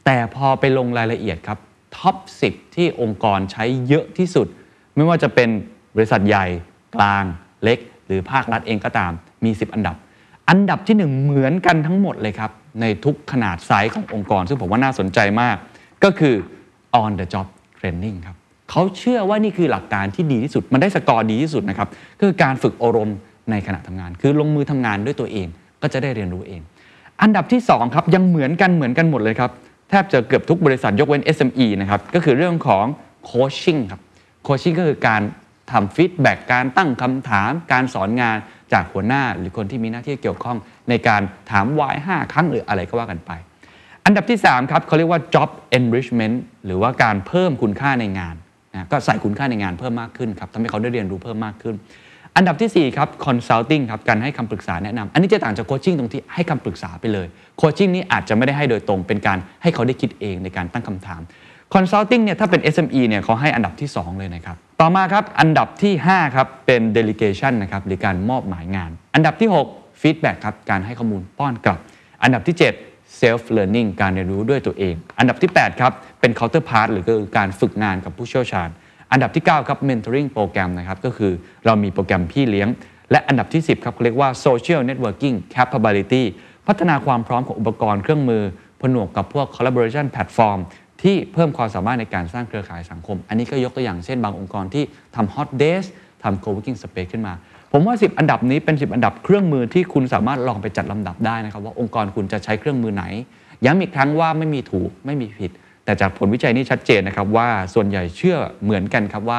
แต่พอไปลงรายละเอียดครับท็อป10ที่องค์กรใช้เยอะที่สุดไม่ว่าจะเป็นบริษัทใหญ่กลางเล็กหรือภาครัฐเองก็ตามมี10อันดับที่1เหมือนกันทั้งหมดเลยครับในทุกขนาดไซส์ขององค์กรซึ่งผมว่าน่าสนใจมากก็คือ on the job training ครับเขาเชื่อว่านี่คือหลักการที่ดีที่สุดมันได้สกอร์ดีที่สุดนะครับคือการฝึกอบรมในขณะทำงานคือลงมือทำงานด้วยตัวเองก็จะได้เรียนรู้เองอันดับที่2ครับยังเหมือนกันหมดเลยครับแทบจะเกือบทุกบริษัทยกเว้น SME นะครับก็คือเรื่องของโคชชิ่งครับโคชชิ่งก็คือการทำฟีดแบ็กการตั้งคำถามการสอนงานจากหัวหน้าหรือคนที่มีหน้าที่เกี่ยวข้องในการถาม why 5 ครั้งหรืออะไรก็ว่ากันไปอันดับที่3ครับเขาเรียกว่า job enrichment หรือว่าการเพิ่มคุณค่าในงานนะก็ใส่คุณค่าในงานเพิ่มมากขึ้นครับทำให้เขาได้เรียนรู้เพิ่มมากขึ้นอันดับที่4ครับ consulting ครับการให้คำปรึกษาแนะนำอันนี้จะต่างจากโคชชิ่งตรงที่ให้คำปรึกษาไปเลยโคชชิ่งนี้อาจจะไม่ได้ให้โดยตรงเป็นการให้เขาได้คิดเองในการตั้งคำถาม consulting เนี่ยถ้าเป็น SME เนี่ยเขาให้อันดับที่2เลยนะครับต่อมาครับอันดับที่5ครับเป็น delegation นะครับหรือการมอบหมายงานอันดับที่6 feedback ครับการให้ข้อมูลป้อนกลับอันดับที่7 self learning การเรียนรู้ด้วยตัวเองอันดับที่8ครับเป็น counterpart หรือการฝึกงานกับผู้เชี่ยวชาญอันดับที่9ครับ mentoring โปรแกรมนะครับก็คือเรามีโปรแกรมพี่เลี้ยงและอันดับที่10ครับเรียกว่า social networking capability พัฒนาความพร้อมของอุปกรณ์เครื่องมือผนวกกับพวก collaboration platform ที่เพิ่มความสามารถในการสร้างเครือข่ายสังคมอันนี้ก็ยกตัวอย่างเช่นบางองค์กรที่ทำ hot desk ทำ co-working space ขึ้นมาผมว่า10อันดับนี้เป็น10อันดับเครื่องมือที่คุณสามารถลองไปจัดลำดับได้นะครับว่าองค์กรคุณจะใช้เครื่องมือไหนย้ำอีกครั้งว่าไม่มีถูกไม่มีผิดแต่จากผลวิจัยนี้ชัดเจนนะครับว่าส่วนใหญ่เชื่อเหมือนกันครับว่า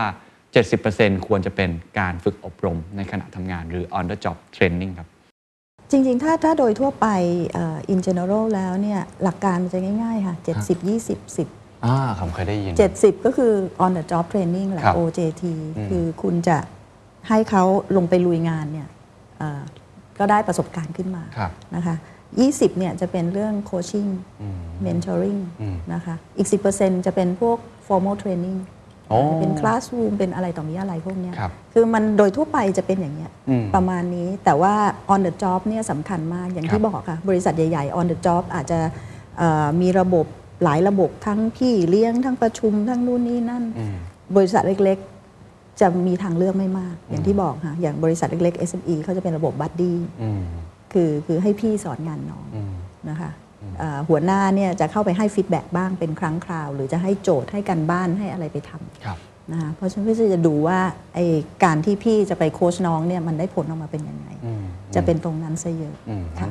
70% ควรจะเป็นการฝึกอบรมในขณะทำงานหรือ on the job training ครับจริงๆถ้าโดยทั่วไปin general แล้วเนี่ยหลักการมันจะง่ายๆค่ะ70 20 10 ผมเคยได้ยิน 70ก็คือ on the job training แหละ OJT คือคุณจะให้เขาลงไปลุยงานเนี่ยก็ได้ประสบการณ์ขึ้นมานะคะ20เนี่ยจะเป็นเรื่อง coaching mentoring นะคะอีก 10% จะเป็นพวก formal training เป็น classroom เป็นอะไรต่อมีอะไรพวกนี้คือมันโดยทั่วไปจะเป็นอย่างเงี้ยประมาณนี้แต่ว่า on the job เนี่ยสำคัญมากอย่างที่บอกค่ะบริษัทใหญ่ๆ on the job อาจจะมีระบบหลายระบบทั้งพี่เลี้ยงทั้งประชุมทั้งนู่นนี่นั่นบริษัทเล็กๆจะมีทางเลือกไม่มากอย่างที่บอกค่ะอย่างบริษัทเล็กๆ SME เขาจะเป็นระบบ buddy คือให้พี่สอนงานน้องนะคะหัวหน้าเนี่ยจะเข้าไปให้ฟีดแบ็กบ้างเป็นครั้งคราวหรือจะให้โจทย์ให้กันบ้านให้อะไรไปทำนะคะเพราะฉะนั้นพี่จะดูว่าไอ้การที่พี่จะไปโค้ชน้องเนี่ยมันได้ผลออกมาเป็นยังไงจะเป็นตรงนั้นซะเยอะ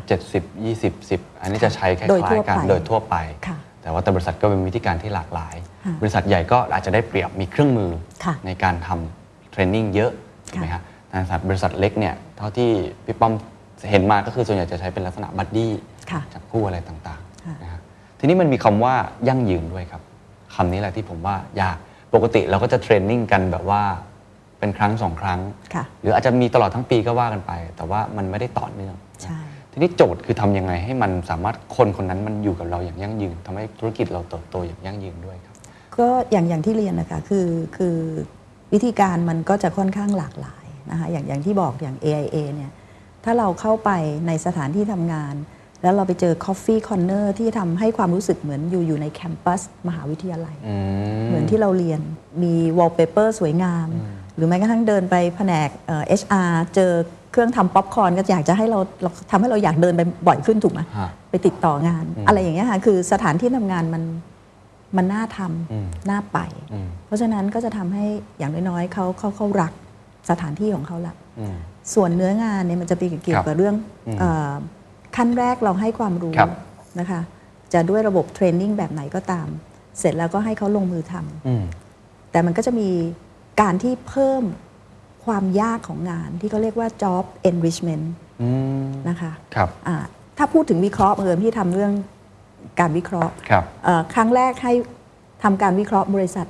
70 20 10อันนี้จะใช้คล้ายๆกันโดยทั่วไปแต่ว่าแต่บริษัทก็เป็นวิธีการที่หลากหลายบริษัทใหญ่ก็อาจจะได้เปรียบมีเครื่องมือในการทำเทรนนิ่งเยอะใช่ไหมครับบริษัทเล็กเนี่ยเท่าที่พี่ป้อมเห็นมาก็คือส่วนใหญ่จะใช้เป็นลักษณะบัดดี้จับคู่อะไรต่างๆนะครับทีนี้มันมีคำว่ายั่งยืนด้วยครับคำนี้แหละที่ผมว่ายากปกติเราก็จะเทรนนิ่งกันแบบว่าเป็นครั้ง2 ครั้งหรืออาจจะมีตลอดทั้งปีก็ว่ากันไปแต่ว่ามันไม่ได้ต่อเนื่องทีนี้โจทย์คือทำยังไงให้มันสามารถคนนั้นมันอยู่กับเราอย่างยั่งยืนทำให้ธุรกิจเราเติบโตอย่างยั่งยืนด้วยครับก็อย่างที่เรียนนะคะคือวิธีการมันก็จะค่อนข้างหลากหลายนะคะอย่างที่บอกอย่าง AIA เนี่ยถ้าเราเข้าไปในสถานที่ทำงานแล้วเราไปเจอ Coffee Corner ที่ทำให้ความรู้สึกเหมือนอยู่ในแคมปัสมหาวิทยาลัยเหมือนที่เราเรียนมี wallpaper สวยงามหรือแม้กระทั่งเดินไปแผนกHR เจอเครื่องทำป๊อปคอร์นก็อยากจะให้เราทำให้เราอยากเดินไปบ่อยขึ้นถูกไหมไปติดต่องานอะไรอย่างเงี้ยค่ะคือสถานที่ทำงานมันน่าทำน่าไปเพราะฉะนั้นก็จะทำให้อย่างน้อยๆเขารักสถานที่ของเขาละส่วนเนื้องานเนี่ยมันจะเกี่ยวกับเรื่องขั้นแรกเราให้ความรู้นะคะจะด้วยระบบเทรนนิ่งแบบไหนก็ตามเสร็จแล้วก็ให้เขาลงมือทำแต่มันก็จะมีการที่เพิ่มความยากของงานที่เขาเรียกว่า job enrichment นะคะถ้าพูดถึงวิเคราะห์ที่ทำเรื่องการวิเคราะห์ครั้งแรกให้ทำการวิเคราะห์บริษัท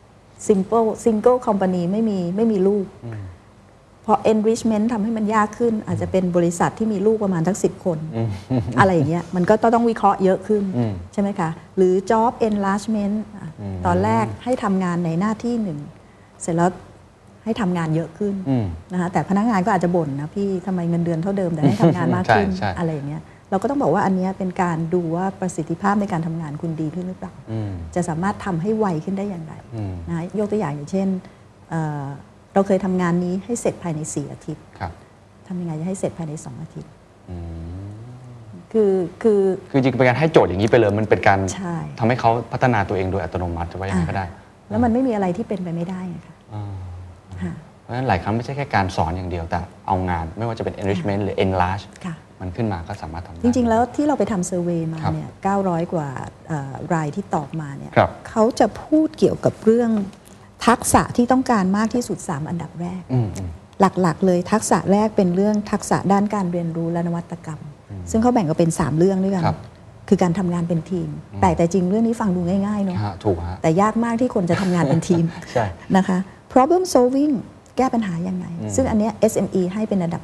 single company ไม่มีลูกพอ enrichment ทำให้มันยากขึ้นอาจจะเป็นบริษัทที่มีลูกประมาณทั้ง10 คนอะไรอย่างเงี้ยมันก็ต้องวิเคราะห์เยอะขึ้นใช่ไหมคะหรือ job enlargement ตอนแรกให้ทำงานในหน้าที่หนึ่งเสร็จแล้วให้ทำงานเยอะขึ้นนะคะแต่พนักงานก็อาจจะบ่นนะพี่ทำไมเงินเดือนเท่าเดิมแต่ให้ทำงานมากขึ้นอะไรอย่างเงี้ยเราก็ต้องบอกว่าอันนี้เป็นการดูว่าประสิทธิภาพในการทำงานคุณดีขึ้นหรือเปล่าจะสามารถทำให้ไวขึ้นได้อย่างไรนะยกตัวอย่างเช่นเราเคยทำงานนี้ให้เสร็จภายใน4 อาทิตย์ทำยังไงจะให้เสร็จภายใน2 อาทิตย์คือจริงๆเป็นการให้โจทย์อย่างนี้ไปเลยมันเป็นการทำให้เขาพัฒนาตัวเองโดยอัตโนมัติจะว่าอย่างไรก็ได้แล้วมันไม่มีอะไรที่เป็นไปไม่ได้ค่ะเพราะฉะนั้นหลายครั้งไม่ใช่แค่การสอนอย่างเดียวแต่เอางานไม่ว่าจะเป็น enrichment หรือ enlarge มันขึ้นมาก็สามารถทำได้จริงๆแล้วที่เราไปทำเซอร์เวย์มาเนี่ย900 กว่ารายที่ตอบมาเนี่ยเขาจะพูดเกี่ยวกับเรื่องทักษะที่ต้องการมากที่สุด3 อันดับแรกหลักๆเลยทักษะแรกเป็นเรื่องทักษะด้านการเรียนรู้และนวัตกรรมซึ่งเขาแบ่งออกเป็น3 เรื่องด้วยกันคือการทำงานเป็นทีมแต่จริงเรื่องนี้ฟังดูง่ายๆเนาะถูกฮะแต่ยากมากที่คนจะทำงานเป็นทีมนะคะ problem solving แก้ปัญหายังไงซึ่งอันนี้ SME ให้เป็นอันดับ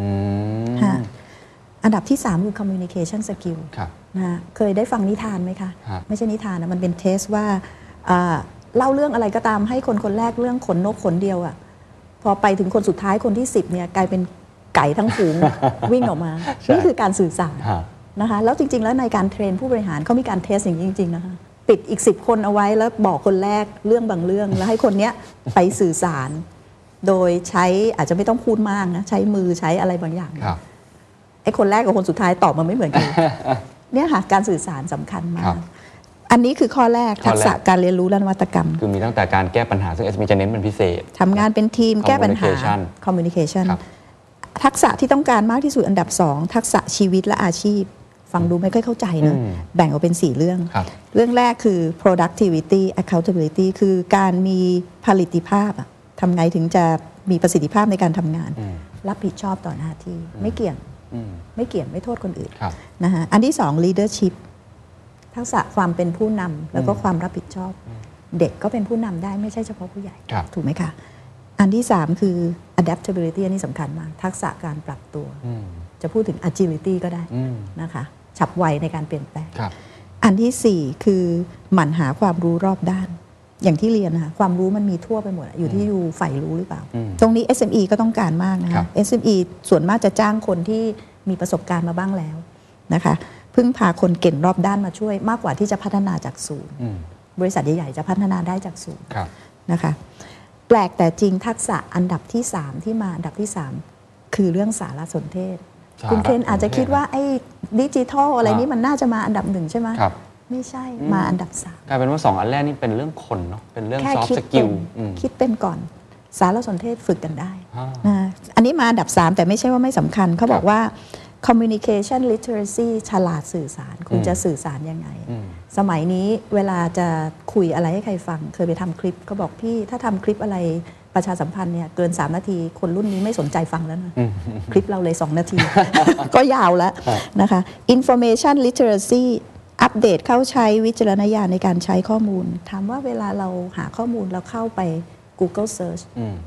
1อันดับที่3คือ communication skill นะเคยได้ฟังนิทานไหมคะไม่ใช่นิทานนะมันเป็นเทสว่าเล่าเรื่องอะไรก็ตามให้คนแรกเรื่องขนนกขนเดียวอ่ะพอไปถึงคนสุดท้ายคนที่10เนี่ยกลายเป็นไก่ทั้งฝูง วิ่งออกมานี่คือการสื่อสารนะคะแล้วจริงๆแล้วในการเทรนผู้บริหารเขามีการเทสอย่างนี้จริงๆนะคะปิดอีก10 คนเอาไว้แล้วบอกคนแรกเรื่องบางเรื่องแล้วให้คนเนี้ยไปสื่อสารโดยใช้อาจจะไม่ต้องพูดมากนะใช้มือใช้อะไรบางอย่างไอ้คนแรกกับคนสุดท้ายตอบมาไม่เหมือนกันเนี่ยค่ะการสื่อสารสำคัญมากอันนี้คือข้อแรกทักษะการเรียนรู้และนวัตกรรมคือมีตั้งแต่การแก้ปัญหาซึ่ง SME จะเน้นเป็นพิเศษทำงานเป็นทีมแก้ปัญหา communication ทักษะที่ต้องการมากที่สุดอันดับ2ทักษะชีวิตและอาชีพฟังดูไม่ค่อยเข้าใจนะแบ่งออกเป็น4 เรื่องเรื่องแรกคือ productivity accountability คือการมีผลิตภาพทำไงถึงจะมีประสิทธิภาพในการทำงานรับผิดชอบต่อหน้าที่ไม่เกี่ยงไม่โทษคนอื่นนะคะอันที่2 leadership ทักษะความเป็นผู้นำแล้วก็ความรับผิดชอบเด็กก็เป็นผู้นำได้ไม่ใช่เฉพาะผู้ใหญ่ถูกไหมคะอันที่3คือ adaptability อันนี้สำคัญมากทักษะการปรับตัวจะพูดถึง agility ก็ได้นะคะฉับไวในการเปลี่ยนแปลงอันที่4คือหมั่นหาความรู้รอบด้านอย่างที่เรียนนะคะความรู้มันมีทั่วไปหมดอยู่ที่อยู่ใฝ่รู้หรือเปล่าตรงนี้ SME ก็ต้องการมากนะคะ SME ส่วนมากจะจ้างคนที่มีประสบการณ์มาบ้างแล้วนะคะพึ่งพาคนเก่งรอบด้านมาช่วยมากกว่าที่จะพัฒนาจากศูนย์บริษัทใหญ่ๆจะพัฒนาได้จากศูนย์นะคะแปลกแต่จริงทักษะอันดับที่3ที่มาอันดับที่3คือเรื่องสารสนเทศคุณเคนอาจจะคิดว่าไอ้ดิจิทัลอะไรนี้มันน่าจะมาอันดับ1ใช่ไหมไม่ใช่มาอันดับ3 กลายเป็นว่า2 อันแรกนี่เป็นเรื่องคนเนาะเป็นเรื่อง soft skill คิดเป็นก่อนสารสนเทศฝึกกันได้นะอันนี้มาอันดับ3แต่ไม่ใช่ว่าไม่สำคัญเขาบอกว่า communication literacy ฉลาดสื่อสารคุณจะสื่อสารยังไงสมัยนี้เวลาจะคุยอะไรให้ใครฟังเคยไปทำคลิปก็บอกพี่ถ้าทำคลิปอะไรประชาสัมพันธ์เนี่ยเกิน3 นาทีคนรุ่นนี้ไม่สนใจฟังแล้วนะคลิปเราเลย2 นาที ก็ยาวแล้วนะคะ information literacy อัปเดตเข้าใช้วิจารณญาณในการใช้ข้อมูลถามว่าเวลาเราหาข้อมูลเราเข้าไป Google Search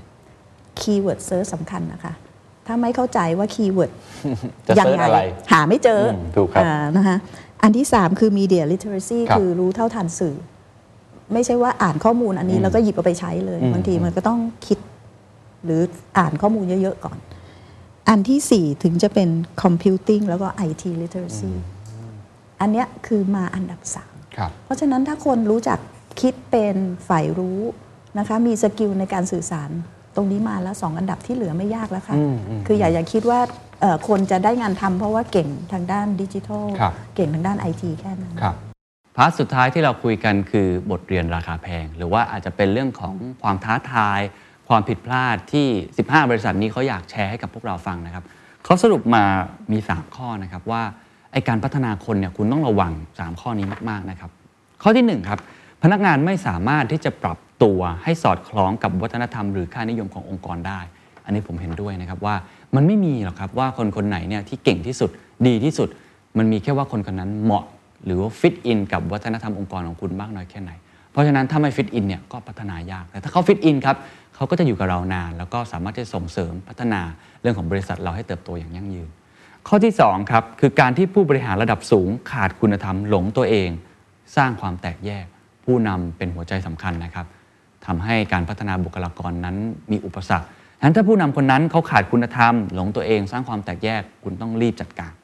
Keyword Search สำคัญนะคะถ้าไม่เข้าใจว่า Keyword ยังไงหาไม่เจอถูกครับนะคะอันที่3คือ Media Literacy คือรู้เท่าทันสื่อไม่ใช่ว่าอ่านข้อมูลอันนี้แล้วก็หยิบเอาไปใช้เลยบางทีมันก็ต้องคิดหรืออ่านข้อมูลเยอะๆก่อนอันที่4ถึงจะเป็น Computing แล้วก็ IT Literacyอันนี้คือมาอันดับ3เพราะฉะนั้นถ้าคนรู้จักคิดเป็นฝ่ายรู้นะคะมีสกิลในการสื่อสารตรงนี้มาแล้ว2 อันดับที่เหลือไม่ยากแล้วค่ะคืออย่าคิดว่าคนจะได้งานทำเพราะว่าเก่งทางด้านดิจิทัลเก่งทางด้าน IT แค่นั้นพาร์ทสุดท้ายที่เราคุยกันคือบทเรียนราคาแพงหรือว่าอาจจะเป็นเรื่องของความท้าทายความผิดพลาดที่15 บริษัทนี้เขาอยากแชร์ให้กับพวกเราฟังนะครับเขาสรุปมามี3 ข้อนะครับว่าไอ้การพัฒนาคนเนี่ยคุณต้องระวัง3 ข้อนี้มากๆนะครับข้อที่1ครับพนักงานไม่สามารถที่จะปรับตัวให้สอดคล้องกับวัฒนธรรมหรือค่านิยมขององค์กรได้อันนี้ผมเห็นด้วยนะครับว่ามันไม่มีหรอกครับว่าคนไหนเนี่ยที่เก่งที่สุดดีที่สุดมันมีแค่ว่าคนนั้นเหมาะหรือว่าฟิตอินกับวัฒนธรรมองค์กรของคุณมากน้อยแค่ไหนเพราะฉะนั้นถ้าไม่ฟิตอินเนี่ยก็พัฒนายากแต่ถ้าเขาฟิตอินครับเขาก็จะอยู่กับเรานานแล้วก็สามารถจะส่งเสริมพัฒนาเรื่องของบริษัทเราให้เติบโตอย่างยั่งยืนข้อที่2ครับคือการที่ผู้บริหารระดับสูงขาดคุณธรรมหลงตัวเองสร้างความแตกแยกผู้นำเป็นหัวใจสำคัญนะครับทำให้การพัฒนาบุคลากรนั้นมีอุปสรรคฉะนั้นถ้าผู้นำคนนั้นเขาขาดคุณธรรมหลงตัวเองสร้างความแตกแยกคุณต้องรีบจัดการ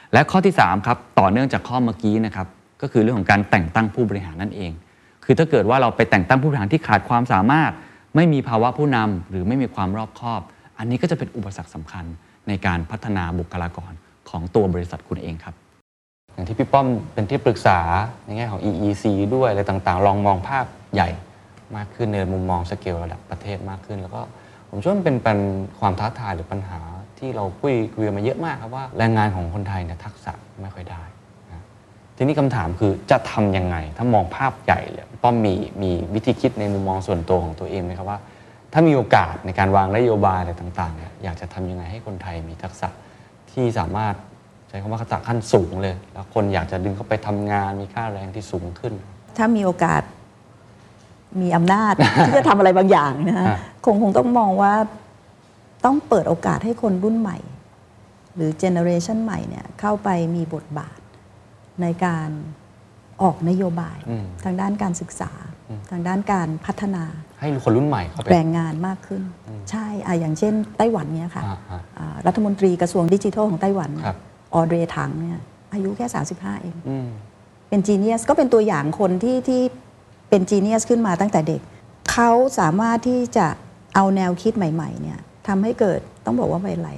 และข้อที่3ครับต่อเนื่องจากข้อเมื่อกี้นะครับก็คือเรื่องของการแต่งตั้งผู้บริหารนั่นเองคือถ้าเกิดว่าเราไปแต่งตั้งผู้บริหารที่ขาดความสามารถไม่มีภาวะผู้นำหรือไม่มีความรอบคอบอันนี้ก็จะเป็นอุปสรรคสำคัญในการพัฒนาบุคลากรของตัวบริษัทคุณเองครับอย่างที่พี่ป้อมเป็นที่ปรึกษาในแง่ของ EEC ด้วยอะไรต่างๆลองมองภาพใหญ่มากขึ้นในมุมมองสเกลระดับประเทศมากขึ้นแล้วก็ผมเชื่อว่าเป็นความท้าทายหรือปัญหาที่เราคุยมาเยอะมากครับว่าแรงงานของคนไทยเนี่ยทักษะไม่ค่อยได้นะทีนี้คำถามคือจะทำยังไงถ้ามองภาพใหญ่เลยป้อมมีวิธีคิดในมุมมองส่วนตัวของตัวเองไหมครับว่าถ้ามีโอกาสในการวางนโยบายอะไรต่างๆเนี่ยอยากจะทำยังไงให้คนไทยมีทักษะที่สามารถใช้คำว่าทักษะขั้นสูงเลยแล้วคนอยากจะดึงเข้าไปทำงานมีค่าแรงที่สูงขึ้นถ้ามีโอกาสมีอำนาจ ที่จะทำอะไรบางอย่างนะฮะคงต้องมองว่าต้องเปิดโอกาสให้คนรุ่นใหม่หรือเจเนอเรชันใหม่เนี่ยเข้าไปมีบทบาทในการออกนโยบายทางด้านการศึกษาทางด้านการพัฒนาให้คนรุ่นใหม่เข้าไปแรงงานมากขึ้นใช่อย่างเช่นไต้หวันเนี่ยค่ะรัฐมนตรีกระทรวงดิจิทัลของไต้หวันออเดรถังเนี่ยอายุแค่35เองเป็นจีเนียสก็เป็นตัวอย่างคนที่เป็นจีเนียสขึ้นมาตั้งแต่เด็กเขาสามารถที่จะเอาแนวคิดใหม่ๆเนี่ยทำให้เกิดต้องบอกว่าเป็นอะไร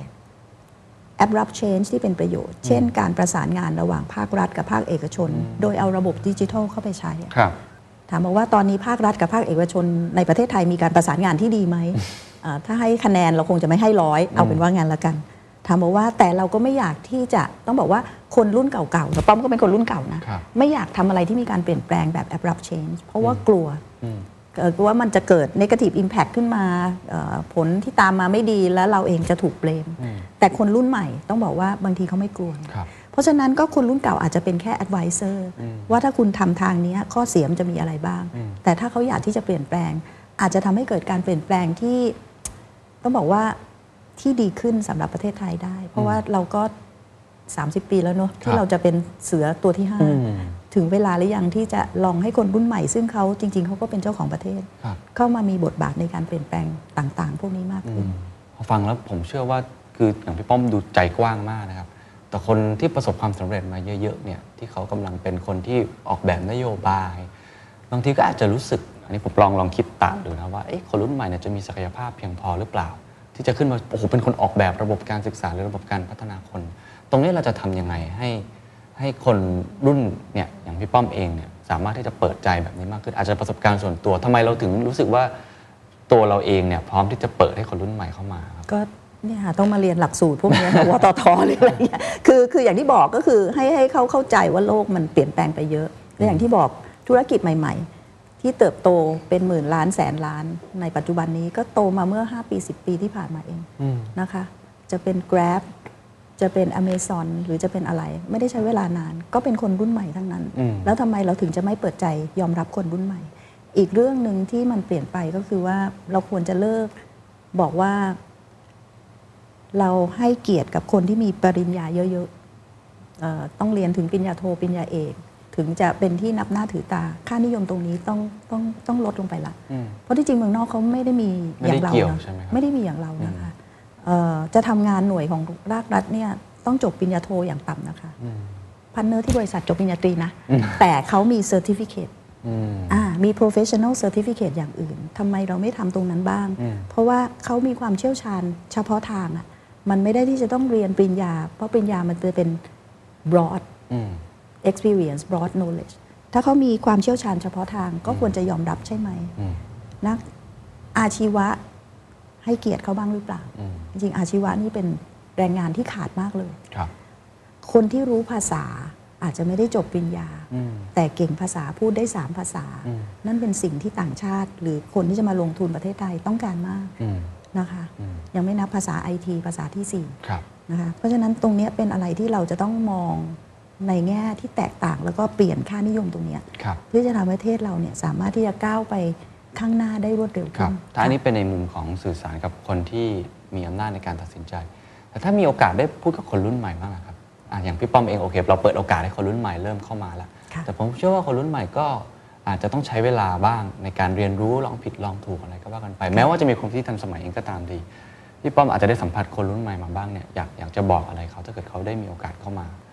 abrupt change ที่เป็นประโยชน์เช่นการประสานงานระหว่างภาครัฐกับภาคเอกชนโดยเอาระบบดิจิทัลเข้าไปใช้ถามบอกว่าตอนนี้ภาครัฐกับภาคเอกชนในประเทศไทยมีการประสานงานที่ดีไหม ถ้าให้คะแนนเราคงจะไม่ให้100เอาเป็นว่างานละกันถามบอกว่าแต่เราก็ไม่อยากที่จะต้องบอกว่าคนรุ่นเก่าๆแต่ป้อมก็เป็นคนรุ่นเก่านะไม่อยากทำอะไรที่มีการเปลี่ยนแปลงแบบ abrupt change เพราะว่ากลัวว่ามันจะเกิด negative impact ขึ้นมาผลที่ตามมาไม่ดีแล้วเราเองจะถูกเบลมแต่คนรุ่นใหม่ต้องบอกว่าบางทีเขาไม่กลัวเพราะฉะนั้นก็คนรุ่นเก่าอาจจะเป็นแค่ advisor ว่าถ้าคุณทำทางนี้ข้อเสียมันจะมีอะไรบ้างแต่ถ้าเขาอยากที่จะเปลี่ยนแปลงอาจจะทำให้เกิดการเปลี่ยนแปลงที่ต้องบอกว่าที่ดีขึ้นสำหรับประเทศไทยได้เพราะว่าเราก็30 ปีแล้วเนอะที่เราจะเป็นเสือตัวที่5ถึงเวลาหรือยังที่จะลองให้คนรุ่นใหม่ซึ่งเขาจริงๆเขาก็เป็นเจ้าของประเทศเข้ามามีบทบาทในการเปลี่ยนแปลงต่างๆพวกนี้มากขึ้นพอฟังแล้วผมเชื่อว่าคืออย่างพี่ป้อมดูใจกว้างมากนะครับแต่คนที่ประสบความสำเร็จมาเยอะๆเนี่ยที่เขากำลังเป็นคนที่ออกแบบนโยบายบางทีก็อาจจะรู้สึกอันนี้ผมลองคิดตามดูนะว่าคนรุ่นใหม่เนี่ยจะมีศักยภาพเพียงพอหรือเปล่าที่จะขึ้นมาโอ้โหเป็นคนออกแบบระบบการศึกษาหรือระบบการพัฒนาคนตรงนี้เราจะทำยังไงให้คนรุ่นเนี่ยอย่างพี่ป้อมเองเนี่ยสามารถที่จะเปิดใจแบบนี้มากขึ้นอาจจะประสบการณ์ส่วนตัวทำไมเราถึงรู้สึกว่าตัวเราเองเนี่ยพร้อมที่จะเปิดให้คนรุ่นใหม่เข้ามาก็เนี่ยต้องมาเรียนหลักสูตรพวกนี้ วตทหรืออะไรเงี้ยคืออย่างที่บอกก็คือให้เขาเข้าใจว่าโลกมันเปลี่ยนแปลงไปเยอะและอย่างที่บอกธุรกิจใหม่ๆที่เติบโตเป็นหมื่นล้านแสนล้านในปัจจุบันนี้ก็โตมาเมื่อ5 ปี 10 ปีที่ผ่านมาเองนะคะจะเป็น Grab จะเป็น Amazon หรือจะเป็นอะไรไม่ได้ใช้เวลานานก็เป็นคนรุ่นใหม่ทั้งนั้นแล้วทำไมเราถึงจะไม่เปิดใจยอมรับคนรุ่นใหม่อีกเรื่องหนึ่งที่มันเปลี่ยนไปก็คือว่าเราควรจะเลิกบอกว่าเราให้เกียรติกับคนที่มีปริญญาเยอะต้องเรียนถึงปริญญาโทปริญญาเอกถึงจะเป็นที่นับหน้าถือตาค่านิยมตรงนี้ต้องลดลงไปละเพราะที่จริงเมืองนอกเขาไม่ได้มีอย่างเรานะไม่ได้มีอย่างเรานะคะจะทำงานหน่วยของภาครัฐเนี่ยต้องจบปริญญาโทอย่างต่ำนะคะพาร์ทเนอร์ที่บริษัทจบปริญญาตรีนะแต่เขามีเซอร์ติฟิเคตมี professional certificate อย่างอื่นทำไมเราไม่ทำตรงนั้นบ้างเพราะว่าเขามีความเชี่ยวชาญเฉพาะทางอ่ะมันไม่ได้ที่จะต้องเรียนปริญญาเพราะปริญญามันจะเป็น broad experience broad knowledge ถ้าเขามีความเชี่ยวชาญเฉพาะทางก็ควรจะยอมรับใช่ไหมนักอาชีวะให้เกียรติเขาบ้างหรือเปล่าจริงๆอาชีวะนี่เป็นแรงงานที่ขาดมากเลยคนที่รู้ภาษาอาจจะไม่ได้จบปริญญาแต่เก่งภาษาพูดได้3 ภาษานั่นเป็นสิ่งที่ต่างชาติหรือคนที่จะมาลงทุนประเทศไทยต้องการมากนะคะยังไม่นับภาษา IT ภาษาที่4นะคะเพราะฉะนั้นตรงนี้เป็นอะไรที่เราจะต้องมองในแง่ที่แตกต่างแล้วก็เปลี่ยนค่านิยมตรงนี้เพื่อจะทำให้ประเทศเราเนี่ยสามารถที่จะก้าวไปข้างหน้าได้รวดเร็วขึ้นถ้าอันนี้เป็นในมุมของสื่อสารกับคนที่มีอำนาจในการตัดสินใจแต่ถ้ามีโอกาสได้พูดกับคนรุ่นใหม่บ้างครับอย่างพี่ป้อมเองโอเคเราเปิดโอกาสให้คนรุ่นใหม่เริ่มเข้ามาแล้วแต่ผมเชื่อว่าคนรุ่นใหม่ก็อาจจะต้องใช้เวลาบ้างในการเรียนรู้ลองผิดลองถูกอะไรก็ว่ากันไปแม้ว่าจะมีความที่ทันสมัยเองก็ตามดีพี่ป้อมอาจจะได้สัมผัสคนรุ่นใหม่มาบ้างเนี่ยอยากจะบอกอะไรเขาถ้าเกิดเขาได้มีโอกาสเข้ามา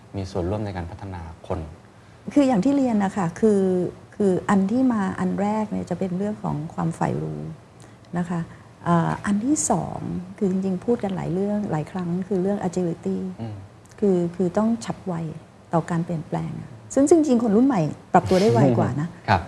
มีส่วนร่วมในการพัฒนาคนคืออย่างที่เรียนนะคะคืออันที่มาอันแรกเนี่ยจะเป็นเรื่องของความใฝ่รู้นะคะอันที่สองคือจริงๆพูดกันหลายเรื่องหลายครั้งคือเรื่อง agility คือต้องฉับไวต่อการเปลี่ยนแปลงซึ่งจริงๆคนรุ่นใหม่ปรับตัวได้ไวกว่านะครับ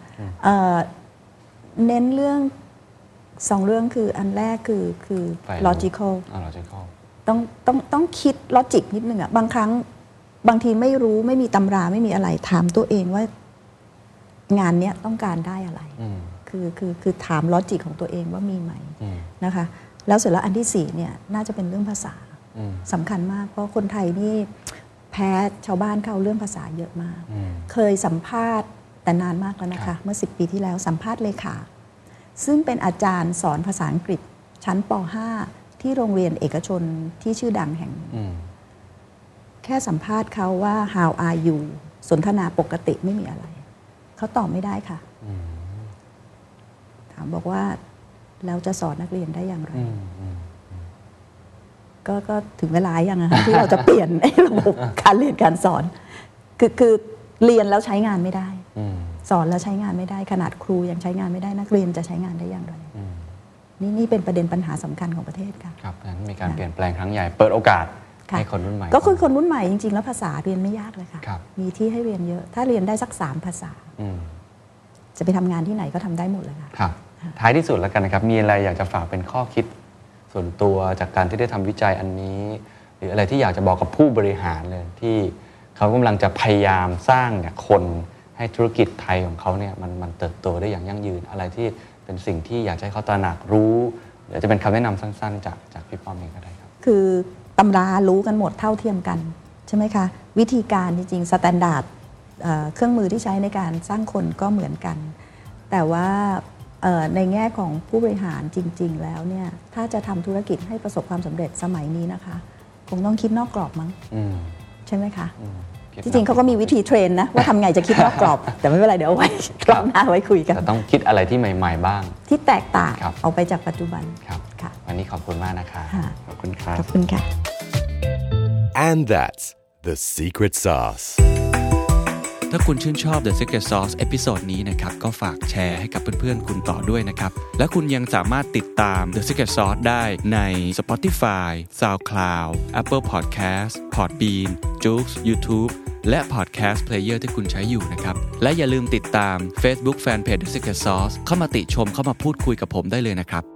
เน้นเรื่องสองเรื่องคืออันแรกคือ logical ต้องคิด logic นิดนึงบางครั้งบางทีไม่รู้ไม่มีตำราไม่มีอะไรถามตัวเองว่างานนี้ต้องการได้อะไรคือถามลอจิกของตัวเองว่ามีไหมนะคะแล้วเสร็จแล้วอันที่สี่เนี่ยน่าจะเป็นเรื่องภาษาสำคัญมากเพราะคนไทยนี่แพ้ชาวบ้านเขาเรื่องภาษาเยอะมากเคยสัมภาษณ์แต่นานมากแล้วนะคะเมื่อ10 ปีที่แล้วสัมภาษณ์เลขาซึ่งเป็นอาจารย์สอนภาษาอังกฤษชั้นป .5 ที่โรงเรียนเอกชนที่ชื่อดังแห่งแค่สัมภาษณ์เขาว่า how are you สนทนาปกติไม่มีอะไรเขาตอบไม่ได้ค่ะถามบอกว่าแล้วจะสอนนักเรียนได้อย่างไรก็ถึงเวลาอย่างนะคะที่เราจะเปลี่ยนระบบการเรียนการสอนคือเรียนแล้วใช้งานไม่ได้สอนแล้วใช้งานไม่ได้ขนาดครูยังใช้งานไม่ได้นักเรียนจะใช้งานได้อย่างไรนี่เป็นประเด็นปัญหาสำคัญของประเทศค่ะครับนั้นมีการเปลี่ยนแปลงครั้งใหญ่เปิดโอกาสให้คนรุ่นใหม่ก็คือคนรุ่นใหม่จริงๆแล้วภาษาเรียนไม่ยากเลยค่ะมีที่ให้เรียนเยอะถ้าเรียนได้สัก3 ภาษาจะไปทำงานที่ไหนก็ทำได้หมดเลยค่ะครับท้ายที่สุดแล้วกันนะครับมีอะไรอยากจะฝากเป็นข้อคิดส่วนตัวจากการที่ได้ทำวิจัยอันนี้หรืออะไรที่อยากจะบอกกับผู้บริหารเลยที่เขากำลังจะพยายามสร้างเนี่ยคนให้ธุรกิจไทยของเขาเนี่ยมันเติบโตได้อย่างยั่งยืนอะไรที่เป็นสิ่งที่อยากให้เขาตระหนักรู้หรือจะเป็นคำแนะนำสั้นๆจากพี่ป้อมเองก็ได้ครับคือตำรารู้กันหมดเท่าเทียมกันใช่ไหมคะวิธีการจริงๆสแตนดาร์ดเครื่องมือที่ใช้ในการสร้างคนก็เหมือนกันแต่ว่าในแง่ของผู้บริหารจริงๆแล้วเนี่ยถ้าจะทำธุรกิจให้ประสบความสำเร็จสมัยนี้นะคะคงต้องคิดนอกกรอบมั้งใช่ไหมคะที่จริงเขาก็มีวิธีเทรนนะว่าทำไงจะคิดนอกกรอบแต่ไม่เป็นไรเดี๋ยวเอาไว้รอบหน้าไว้คุยกันแต่ต้องคิดอะไรที่ใหม่ๆบ้างที่แตกต่างออกไปจากปัจจุบันครับวันนี้ขอบคุณมากนะคะขอบคุณครับขอบคุณค่ะ And that's the secret sauce ถ้าคุณชื่นชอบ The Secret Sauce เอพิโซดนี้นะครับก็ฝากแชร์ให้กับเพื่อนๆคุณต่อด้วยนะครับและคุณยังสามารถติดตาม The Secret Sauce ได้ใน Spotify, SoundCloud, Apple Podcast, Podbean, Joox, YouTube และ Podcast Player ที่คุณใช้อยู่นะครับและอย่าลืมติดตาม Facebook Fanpage The Secret Sauce เข้ามาติชมเข้ามาพูดคุยกับผมได้เลยนะครับ